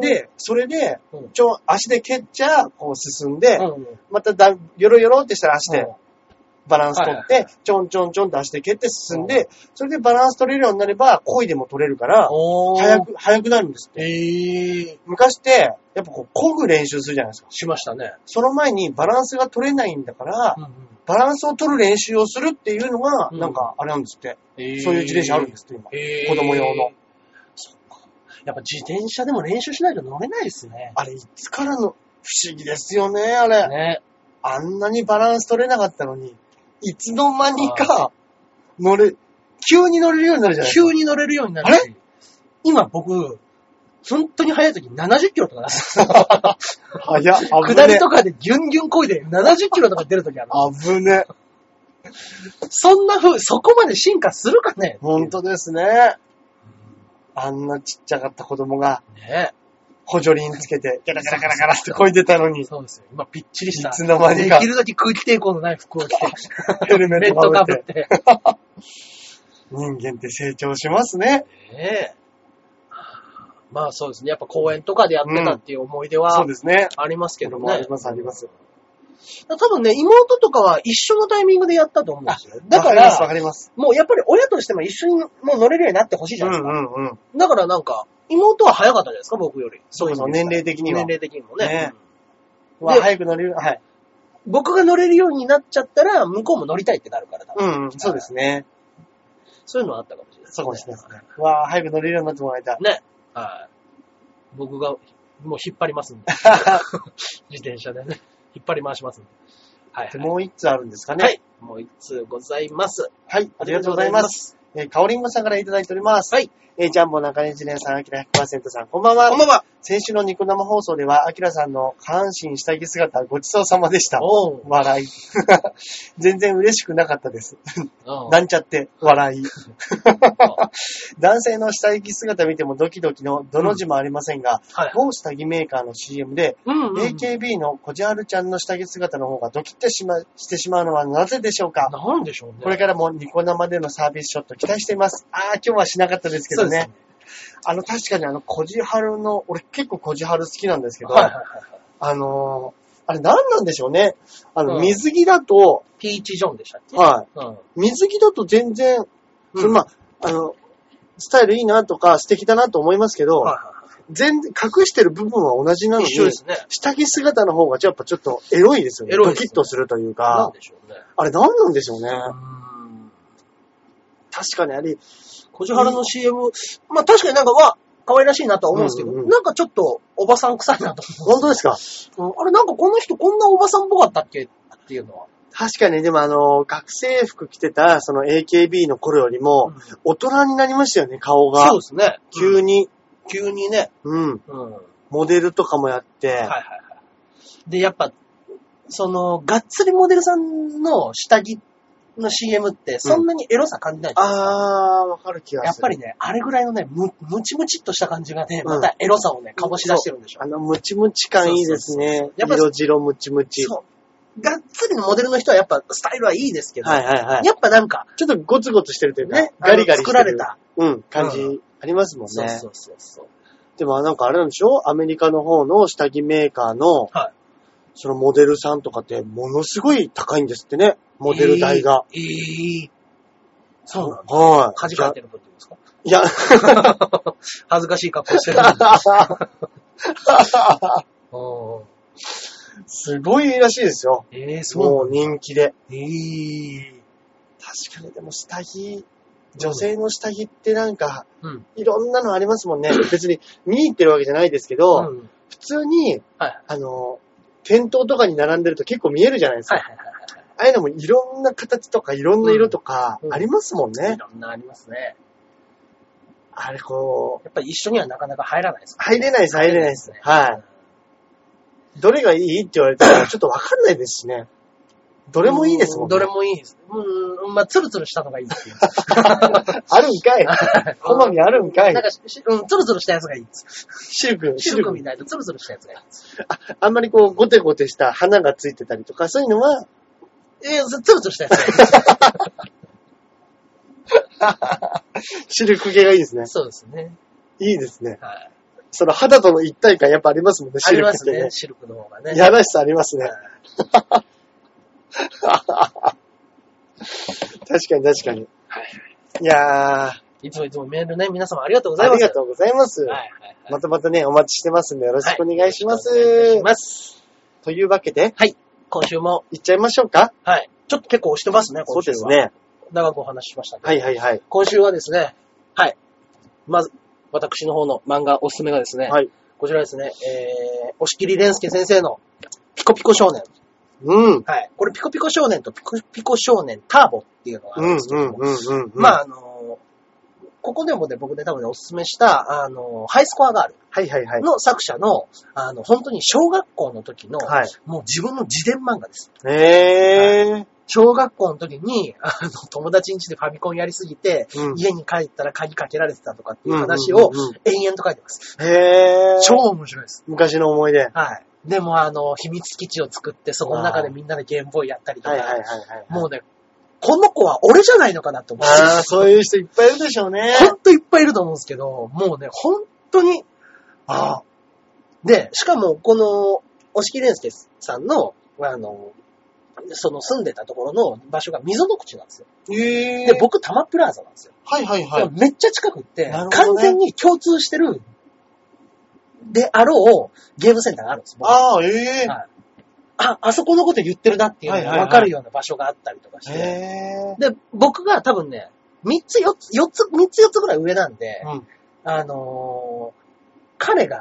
で、それで、ちょん、足で蹴っちゃ、こう進んで、うん、まただ、よろよろってしたら足でバランス取って、はいはいはい、ちょんちょんちょんって足で蹴って進んで、それでバランス取れるようになれば、漕いでも取れるから、早く、早くなるんですって。へー。昔って、やっぱこう、漕ぐ練習するじゃないですか。 しましたね。 その前にバランスが取れないんだから、うんうん、バランスを取る練習をするっていうのが、なんか、あれなんですって。うん、そういう自転車あるんですって、今。子供用の。 そっか。やっぱ自転車でも練習しないと乗れないですね。 あれ、いつからの、不思議ですよね、あれ。ね。あんなにバランス取れなかったのに、いつの間にか、乗れ、急に乗れるようになるじゃないですか。 急に乗れるようになるし。あれ今僕、本当に速い時ななじゅっキロとか出す。 速っ、危ね。 下りとかでギュンギュン漕いでななじゅっキロとか出る時ある。 危ね。 そんな風、そこまで進化するかね？ 本当ですね。あんなちっちゃかった子供が、ね、補助輪つけて、ガラガラガラガラって漕いでたのに。 そうですよ。今ぴっちりした。 いつの間にか。 できるだけ空気抵抗のない服を着て、 ヘルメットかぶって。 人間って成長しますね。 ねえ。まあそうですね。やっぱ公園とかでやってたっていう思い出は、うん、そうですね。ありますけどね。 ありますあります。 多分ね、妹とかは一緒のタイミングでやったと思うんですよ。だから、 わかります、わかります。 もうやっぱり親としても一緒にもう乗れるようになってほしいじゃないですか。うんうんうん。だからなんか、妹は早かったじゃないですか、僕より。 そうそう、年齢的には。 年齢的にもね。ねうん、で、早く乗れる、はい。 僕が乗れるようになっちゃったら、向こうも乗りたいってなるから多分。 うん、うん、そうですね。 そういうのはあったかもしれないですね。 そうかもしれないですね。わー、早く乗れるようになってもらいたい。 ね。はい。僕がもう引っ張りますんで。自転車でね。引っ張り回しますんで。はい、はい。 もう一つあるんですかね。 はい。もう一つございます。 はい。ありがとうございます。えー、かおりんごさんからいただいております。 はい。 えー、ジャンボ中根ジュニアさん、アキラ ひゃくパーセント さん、こんばんは。 こんばんは。 先週のニコ生放送では、アキラさんの下半身下着姿、ごちそうさまでした。 おー。 笑い。全然嬉しくなかったです。なんちゃって、笑い。男性の下着姿見てもドキドキのどの字もありませんが、うん、はい、某下着メーカーの シーエム で、うんうん、エーケービー のこじはるちゃんの下着姿の方がドキッとしま、してしまうのはなぜでしょうか。 なんでしょうね。 これからもニコ生でのサービスショット期待しています。あー、今日はしなかったですけどね。あの、確かにあの、こじはるの、俺結構こじはる好きなんですけど、はいはいはい、あのー、あれ何なんでしょうね。あの、うん、水着だと、 ピーチジョンでしたっけ？ はい、うん。水着だと全然、うん、まあ、あの、スタイルいいなとか素敵だなと思いますけど、はいはいはい、全然隠してる部分は同じなのに、 一緒ですね、 下着姿の方がやっぱちょっとエロいですよね。エロいですね。ドキッとするというか。 なんでしょうね。 あれ何なんでしょうね。うーん、確かにあれ、 こじはるの シーエム、うん、まあ確かになんかは、可愛らしいなとは思うんですけど、うんうん、なんかちょっとおばさん臭いなと思う。 本当ですか？ うん、あれなんかこの人こんなおばさんっぽかったっけっていうのは。 確かに、でもあの、学生服着てた、その エーケービー の頃よりも、うん、大人になりましたよね、顔が。 そうですね。 急に。 うん、急にね。 うん。うん。モデルとかもやって。はいはいはい。 で、やっぱ、その、がっつりモデルさんの下着の シーエムって、そんなにエロさ感じないじゃないですか。うん、あー、わかる気がする。 やっぱりね、あれぐらいのね、む、ムチムチっとした感じがね、またエロさをね、醸し出してるんでしょ。 あの、ムチムチ感いいですね。やっぱ色白ムチムチ。そう。 がっつりのモデルの人はやっぱスタイルはいいですけど、 はいはいはい、 やっぱなんか、 ちょっとゴツゴツしてるというか、ね、ガリガリしてる。 作られた。 うん、感じありますもんね。 そうそうそうそう。 でもなんかあれなんでしょ？アメリカの方の下着メーカーの、はい、そのモデルさんとかってものすごい高いんですってね、モデル代が。 えー、えー、そうなんだ。 はい。 恥かいてることですか？ いや、 恥ずかしい格好してる。 すごいらしいですよ。 えー、そう。 もう人気で。 えー、 確かにでも下着、女性の下着ってなんか、うん、いろんなのありますもんね。別に見に行ってるわけじゃないですけど、うん、普通に、はい、あの、店頭とかに並んでると結構見えるじゃないですか。はいはいはいはい、ああいうのもいろんな形とかいろんな色とかありますもんね。うんうん、いろんなありますね。 あれこう。 やっぱり一緒にはなかなか入らないですか、 ね。入れないです、入れないです。はい。どれがいいって言われたらちょっとわかんないですしね。どれもいいですもんね。 どれもいいです。うん、まあ、ツルツルしたのがいいっていう。 あるんかい。好みあるんかい。 なんか、うん、ツルツルしたやつがいいです。 シルク、 シルクみたいなツルツルしたやつがいいです。 あ、あんまりこう、ゴテゴテした花がついてたりとか、そういうのは、 えー、ツルツルしたやつがいいです。 シルク系がいいですね。 そうですね。 いいですね。はい。その肌との一体感やっぱありますもんね、 シルク系。ありますね、シルクの方がね。 やらしさありますね。はい確かに確かに。はい。いやー。 いつもいつもメールね、皆様ありがとうございます。 ありがとうございます。はいはいはい、またまたね、お待ちしてますんでよろしくお願いします。はい、お願いします。というわけで。 はい。今週も。 行っちゃいましょうか。 はい。ちょっと結構押してますね、今週は。 そうですね。 長くお話ししましたけど。 はいはいはい。 今週はですね、はい。まず、私の方の漫画おすすめがですね、はい。こちらですね、えー、押切蓮介先生のピコピコ少年。うん。はい。これ、ピコピコ少年とピコピコ少年ターボっていうのがあるんですけども。うんうんうんうん、まあ、あの、ここでもね、僕ね、多分ね、おすすめした、あの、ハイスコアガール。はいはいはい。の作者の、あの、本当に小学校の時の、はい、もう自分の自伝漫画です。へー。はい、小学校の時に、あの、友達ん家でファミコンやりすぎて、うん、家に帰ったら鍵かけられてたとかっていう話を、延々と書いてます。へー。超面白いです。 昔の思い出。 はい。でも、あの、秘密基地を作って、そこの中でみんなでゲームボーイやったりとか、はいはいはいはい、もうね、この子は俺じゃないのかなって思って。 ああ、そういう人いっぱいいるでしょうね。 ほんといっぱいいると思うんですけど、もうね、本当に、ああ。で、しかも、この、押切蓮介さんの、あの、その住んでたところの場所が溝の口なんですよ。へー。で、僕、多摩プラーザなんですよ。はいはいはい。めっちゃ近くって、ね、完全に共通してる、であろうゲームセンターがあるんです。ああ、ええー。はい。あ、あそこのこと言ってるなっていうのが分かるような場所があったりとかして。はいはいはい、で、僕が多分ね、三つ、四つ、四つ、三つ四つぐらい上なんで、うん、あのー、彼が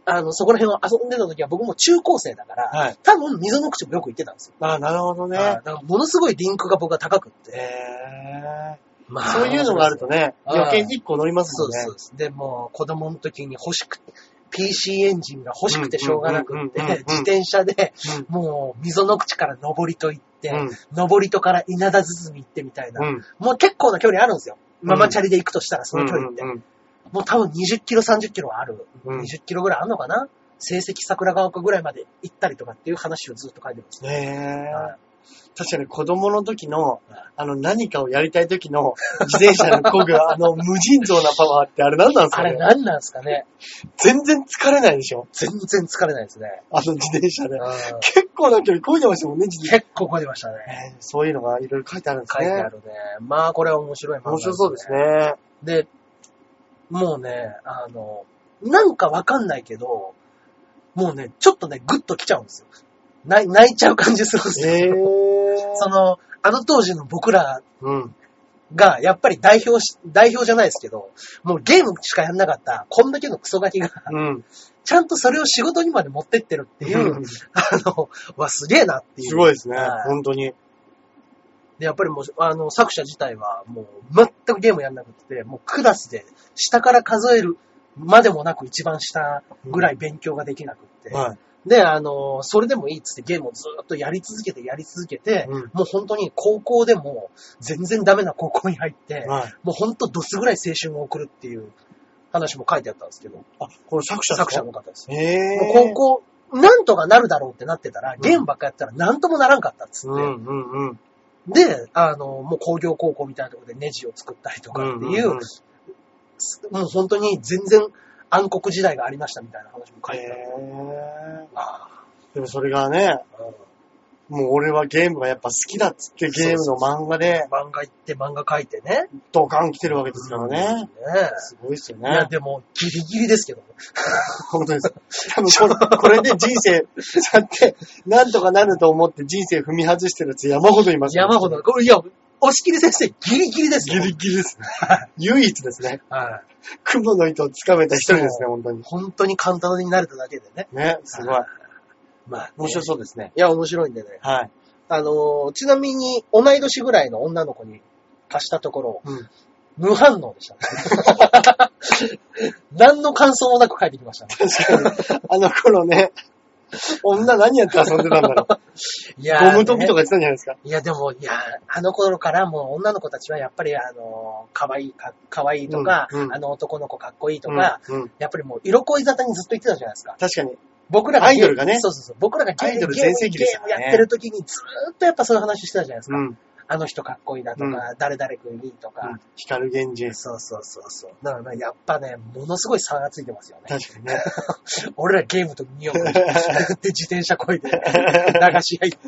あの、そこら辺を遊んでた時は僕も中高生だから、はい、多分溝の口もよく行ってたんですよ。 ああ、なるほどね。だからものすごいリンクが僕は高くって。 へー。まあ、そういうのがあるとね、余計にいっこ乗りますもんね。 そうです。でも、子供の時に欲しくて、ピーシー エンジンが欲しくてしょうがなくって、自転車で、もう、溝の口から登りと行って、うん、登りとから稲田堤行ってみたいな、うん、もう結構な距離あるんですよ。ママチャリで行くとしたらその距離って。うんうんうん、もう多分にじゅっキロ、さんじゅっキロはある。うん、にじゅっキロぐらいあるのかな、成績桜川丘ぐらいまで行ったりとかっていう話をずっと書いてます。 へー。はい、確かに子供の時の、あの何かをやりたい時の自転車の漕ぐあの無尽蔵なパワーってあれ何なんですかね。 あれ何なんですかね。 全然疲れないでしょ。 全然疲れないですね。 あの自転車で。結構な距離漕いでましたもんね、自転車。 結構漕いでましたね、 えー。そういうのがいろいろ書いてあるんですね。 書いてあるね。まあこれは面白い漫画ですね。 面白そうですね。 で、もうね、あの、なんかわかんないけど、もうね、ちょっとね、グッと来ちゃうんですよ。泣いちゃう感じするんですよ。えー、その、あの当時の僕らが、やっぱり代表し、代表じゃないですけど、もうゲームしかやんなかった、こんだけのクソガキが、うん、ちゃんとそれを仕事にまで持ってってるっていう、うん、あの、わ、すげえなっていう。 すごいですね、はい、本当に。 で、やっぱりもう、あの、作者自体は、もう、全くゲームやんなくて、もうクラスで、下から数えるまでもなく一番下ぐらい勉強ができなくって、うんはい、で、あの、それでもいいっつってゲームをずっとやり続けてやり続けて、うん、もう本当に高校でも全然ダメな高校に入って、はい、もう本当ドスぐらい青春を送るっていう話も書いてあったんですけど。 あ、この作者作者の方です。 へー。 高校、なんとかなるだろうってなってたら、ゲームばっかやったらなんともならんかったっつって。うんうんうん、で、あの、もう工業高校みたいなところでネジを作ったりとかっていう、うんうんうん、もう本当に全然暗黒時代がありましたみたいな話も書いてある。 へー。でもそれがね、うん、もう俺はゲームがやっぱ好きだっつってゲームの漫画で。 漫画行って漫画書いてね。 ドカン来てるわけですからね。うん、ねすごいっすよね。 いやでもギリギリですけどね。 本当です。多分これ、これで人生、だってなんとかなると思って人生踏み外してるやつ山ほどいますよね。山ほど。これいや、押切先生ギリギリですよ。ギリギリですね。唯一ですね。はい。雲の糸をつかめた一人ですね、本当に。 本当に簡単になれただけでね。 ね、すごい。まあ、面白そうですね。 いや、面白いんでね。はい。あのー、ちなみに、同い年ぐらいの女の子に貸したところ、うん、無反応でしたね。何の感想もなく帰ってきましたね。 確かに。あの頃ね、女何やって遊んでたんだろう。いや、ゴム飛びとか言ってたんじゃないですか。 いや、でも、いや、あの頃からもう女の子たちはやっぱり、あの、可愛いか、可愛いとか、うんうん、あの男の子かっこいいとか、うんうん、やっぱりもう色恋沙汰にずっと言ってたじゃないですか。 確かに。 僕らがアイドルがね。 そうそうそう。僕らがゲーム、 ゲーム、ゲームやってる時にずーっとやっぱそういう話してたじゃないですか。うん、あの人かっこいいだとか、うん、誰々くんいいとか。うん、 光源氏。 そうそうそうそう。だからね、やっぱね、ものすごい差がついてますよね。 確かにね。 俺らゲームと見ようって自転車こいで、流し屋行って。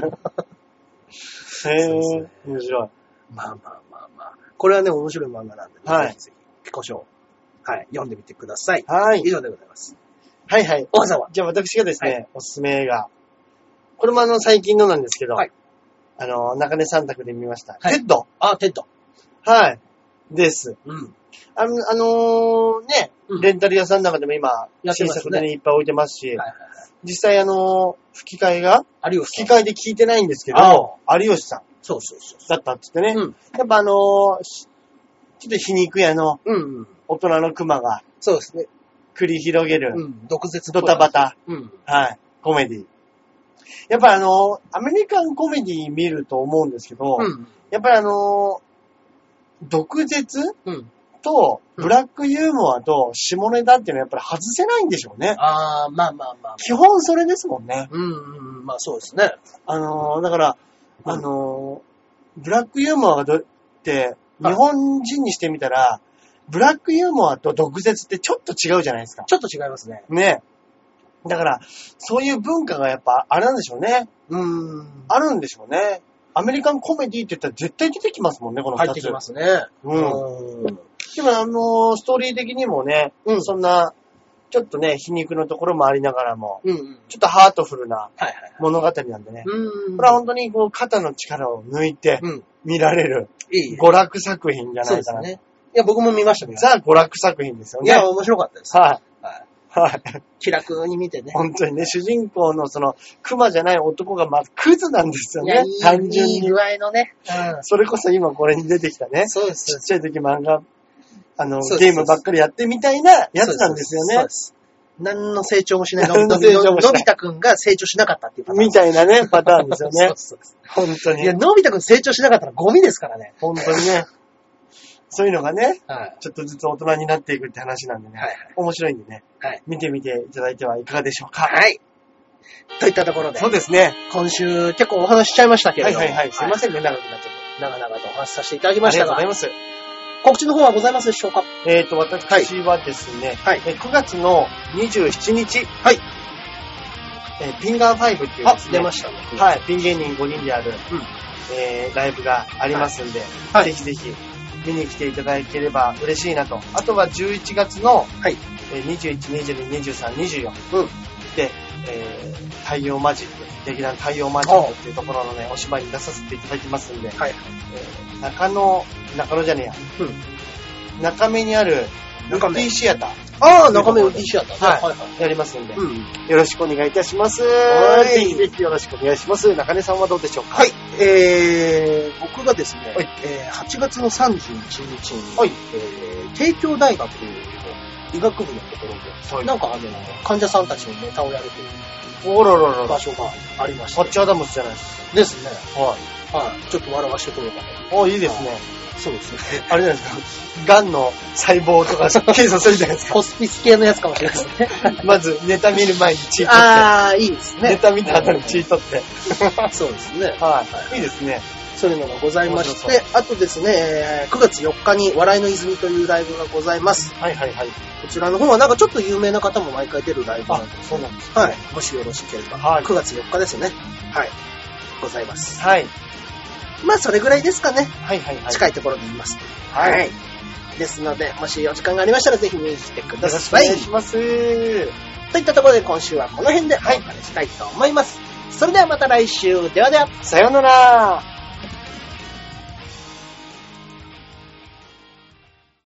へぇー、面白い。 まあまあまあまあ。これはね、面白い漫画なんで、ね、 はい、 ぜひぜひ、ピコショー。はい、読んでみてください。 はい。 以上でございます。 はいはい。 大沢。 じゃあ私がですね、はい、おすすめ映画。これもあの、最近のなんですけど、はい、あの、中根三択で見ました。はい、テッド。 あ、テッド。 はい。です。うん。あの、あのー、ね、うん、レンタル屋さんの中でも今、新作でね、いっぱい置いてますし、はいはいはい、実際あのー、吹き替えが、 有吉吹き替えで聞いてないんですけど、有吉さん。 そうそうそう。 だったって言ってね、うん。やっぱあのー、ちょっと皮肉屋の、大人の熊が、 そうですね。 繰り広げる、 うん、毒舌ドタバタ、うん、はい、コメディ。やっぱあの、アメリカンコメディ見ると思うんですけど、うん、やっぱりあの、毒舌、うん、と、ブラックユーモアと下ネタっていうのはやっぱり外せないんでしょうね。 ああ、まあまあまあ。 基本それですもんね。 うん、うん、まあそうですね。 あの、だから、うん、あの、ブラックユーモアがどって、日本人にしてみたら、ブラックユーモアと毒舌ってちょっと違うじゃないですか。 ちょっと違いますね。 ね。だから、そういう文化がやっぱあれなんでしょうね。うーん。あるんでしょうね。アメリカンコメディって言ったら絶対出てきますもんね、この二つ。 入ってきますね。 うん。うん。でもあの、ストーリー的にもね、うん、そんな、ちょっとね、皮肉のところもありながらも、うんうん、ちょっとハートフルな物語なんでね。はいはいはい、これは本当にこう肩の力を抜いて見られる、うん、いい娯楽作品じゃないかな。そうですね。 いや、僕も見ましたね。 ザ・娯楽作品ですよね。 いや、面白かったです。 はい。はい、 はい。 気楽に見てね。 本当にね、主人公のその、熊じゃない男がまずクズなんですよね。 いや、単純に。いい具合のね。 うん。それこそ今これに出てきたね。 そうです。 ちっちゃい時漫画、あの、ゲームばっかりやってみたいなやつなんですよね。そうです。 何の成長もしない。何の成長もしない。のび太くんが成長しなかったっていうパターン。 みたいなね、パターンですよね。そうそうそう。本当に。 いや、のび太くん成長しなかったらゴミですからね。 本当にね。そういうのがね、 はい、 ちょっとずつ大人になっていくって話なんでね、はいはい、面白いんでね、はい、見てみていただいてはいかがでしょうか。 はい。といったところで、 そうですね。 今週結構お話ししちゃいましたけれども、 はいはいはい。すいませんね、長くなっちゃって。 長々とお話しさせていただきましたが、 ありがとうございます。 告知の方はございますでしょうか？ えっと、私はですね、はい、えくがつのにじゅうしちにち、はい。えー、ピンガーファイブっていうですね、 あ、出ましたね。 はい、ピン芸人ごにんである、うんえー、ライブがありますんで、はい、ぜひぜひ見に来ていただければ嬉しいなと。あとはじゅういちがつの、はい、えー、にじゅういち、にじゅうに、にじゅうさん、にじゅうよん、うん、で、えー、太陽マジック、レギュラーの太陽マジックっていうところのね、お芝居に出させていただきますんで、はいえー、中野、中野じゃねえや、うん、中目にあるウッディシアター。 ああ、中目ウッディシアター、 はい、はいはい、やりますんで、うん、よろしくお願いいたします。はい。ぜひぜひよろしくお願いします。中根さんはどうでしょうか？ はい。えー、僕がですね、はいえー、はちがつのさんじゅういちにちに、はいえー、帝京大学の医学部のところで、はい、なんかあの、患者さんたちのネタをやるという、おららら場所がありまして。 パッチアダムスじゃないですか。ですね。はい。はい。ちょっと笑わしてこようかと。あ、いいですね。 そうですね。 あれじゃないですか。ガンの細胞とか検査するじゃないですか。 ホスピス系のやつかもしれないですね。 まず、ネタ見る前に血取って。 ああ、いいですね。 ネタ見た後に血取って。 そうですね。 はい。いいですね。 そういうのがございまして、あとですね、くがつよっかに笑いの泉というライブがございます。 はいはいはい。 こちらの方はなんかちょっと有名な方も毎回出るライブなんです。 そうなんです、ね。 はい。もしよろしければ。はい。くがつよっかですね。はい。ございます。 はい。 まあ、それぐらいですかね。 はいはいはい。 近いところで言います。 はい。はい、 ですので、もしお時間がありましたらぜひ見に来てください。 よろしくお願いします。 といったところで今週はこの辺でお別れしたいと思います。はい、それではまた来週。ではでは。 さようなら。